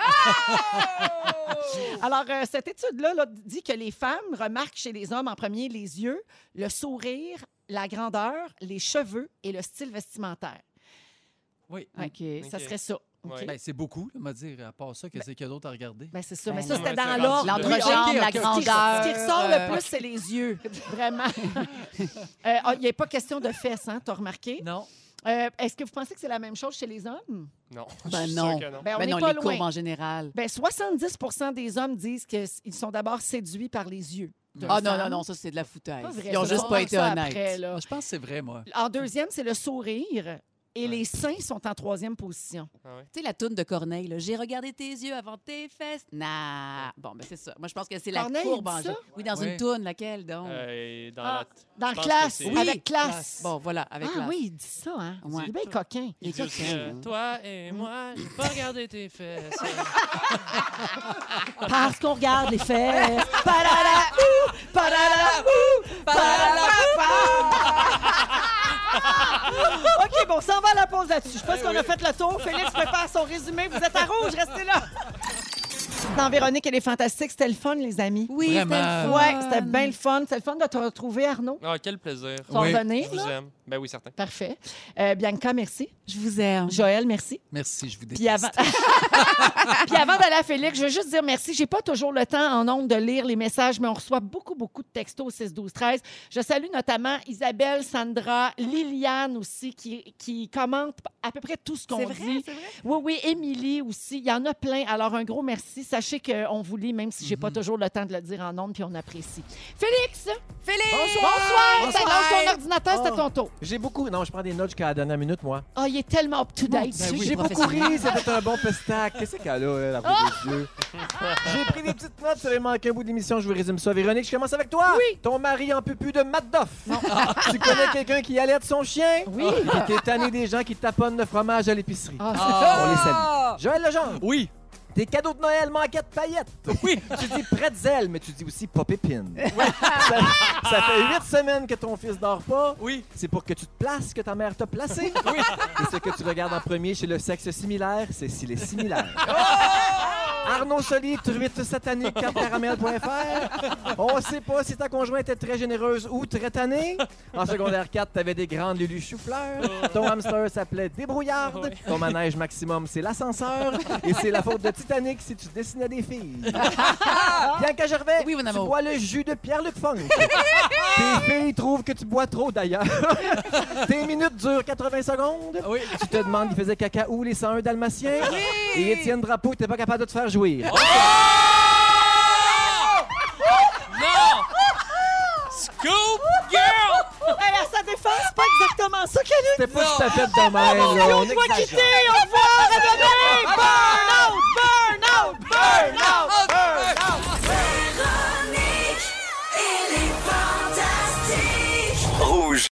Alors, cette étude-là là, dit que les femmes remarquent chez les hommes en premier les yeux, le sourire, la grandeur, les cheveux et le style vestimentaire. Oui. OK. Ça serait ça. Ouais. Ben, c'est beaucoup, là, m'a dire, à part ça, qu'est-ce qu'il y a d'autre à regarder? Ben, c'est ça. Ben Mais ça, non. c'était Ouais, dans c'est l'ordre. rendu L'entrejambe, ok, la ok. grandeur. Ce qui ressort le plus, c'est les yeux. Vraiment. Il n'y a pas question de fesses, hein, tu as remarqué? Non. Est-ce que vous pensez que c'est la même chose chez les hommes? Non. Ben Je suis non. sûr que non. Ben, on Ben n'est non, pas les loin. courbes en général. Ben, 70 des hommes disent qu'ils sont d'abord séduits par les yeux. d'une Ah non, femme. non, non, ça, c'est de la foutaise. Pas vrai, Ils ont ça, juste on pas va été voir ça honnêtes. après, là. Je pense que c'est vrai, moi. En deuxième, c'est le sourire. Et les seins sont en troisième position. Ah ouais. Tu sais, la toune de Corneille, là, j'ai regardé tes yeux avant tes fesses. Nah. Bon, ben c'est ça. Moi, je pense que c'est la Corneille, courbe il en dit ça? jeu. Oui, dans Oui. une toune, laquelle donc? Dans Ah, la... Dans je pense classe, que c'est- Oui. avec classe. Bon, voilà, avec Ah la... oui, il dit ça, hein? Ouais. Il est bien coquin. Les Il dit aussi, coquins, hein. toi et moi, j'ai pas regardé tes fesses. Parce qu'on regarde les fesses. Parara, ouh, parara, ouh, parara, OK, bon, on s'en va à la pause là-dessus. Je pense qu'on a fait le tour. Félix prépare son résumé. Vous êtes à rouge, restez là. Dans Véronique, elle est fantastique. C'était le fun, les amis. Oui, c'était Vraiment. le fun. Ouais, c'était bien le fun. C'était le fun de te retrouver, Arnaud. Ah, quel plaisir. Tu vas Oui. revenir, Je là? vous aime. Ben oui, certain. Parfait. Bianca, merci. Je vous aime. Joël, merci. Merci, je vous Puis déteste. avant, Puis avant d'aller à Félix, je veux juste dire merci. J'ai pas toujours le temps en ondes de lire les messages, mais on reçoit beaucoup de textos au 6 12 13. Je salue notamment Isabelle, Sandra, Liliane aussi, qui commentent à peu près tout ce qu'on dit. C'est vrai? Oui, oui, Émilie aussi. Il y en a plein. Alors, un gros merci. Sachez qu'on vous lit, même si j'ai pas toujours le temps de le dire en ondes, puis on apprécie. Félix! Félix! Bonsoir! Ça lance ton ordinateur, c'était Oh. ton tour. J'ai beaucoup. Non, je prends des notes jusqu'à la dernière minute, moi. Ah, il est tellement up-to-date. Ben oui. J'ai beaucoup professionnel. ri, c'était un bon pestac. Qu'est-ce qu'elle a, elle, à bout des yeux? J'ai pris des petites notes, ça avait manqué un bout d'émission, je vous résume ça. Véronique, je commence avec toi. Oui. Ton mari en peut plus de Madoff. Tu connais quelqu'un qui allait son chien? Oui. Et t'es tanné des gens qui taponnent le fromage à l'épicerie. Ah, On les salue. Joël Legendre. Oui. Tes cadeaux de Noël manquaient de paillettes. Oui. Tu dis pretzel, mais tu dis aussi popépine. Ça fait 8 semaines que ton fils dort pas. Oui. C'est pour que tu te places que ta mère t'a placé. Oui. Et ce que tu regardes en premier chez le sexe similaire, c'est s'il est similaire. Arnaud Soli, truite satanique, caramel.fr. On sait pas si ta conjointe est très généreuse ou très tannée. En secondaire 4, t'avais des grandes Lulu chou-fleur. Ton hamster s'appelait Débrouillarde. Ton manège maximum, c'est l'ascenseur. Et c'est la faute de Titanic si tu dessinais des filles. Bianca Gervais, Oui, mon tu amour. bois le jus de Pierre-Luc Funk. Tes filles trouvent que tu bois trop, d'ailleurs. Tes minutes durent 80 secondes. Oui. Tu te demandes qui faisait caca où les 101 Dalmatiens. Et Étienne Drapeau, t'es pas capable de te faire jouir. Non! Scoop Girl! Hey, à sa défense, c'est pas exactement ça qu'elle a C'était pas tout à fait de même, là. On dit. On va exagère. quitter, au revoir!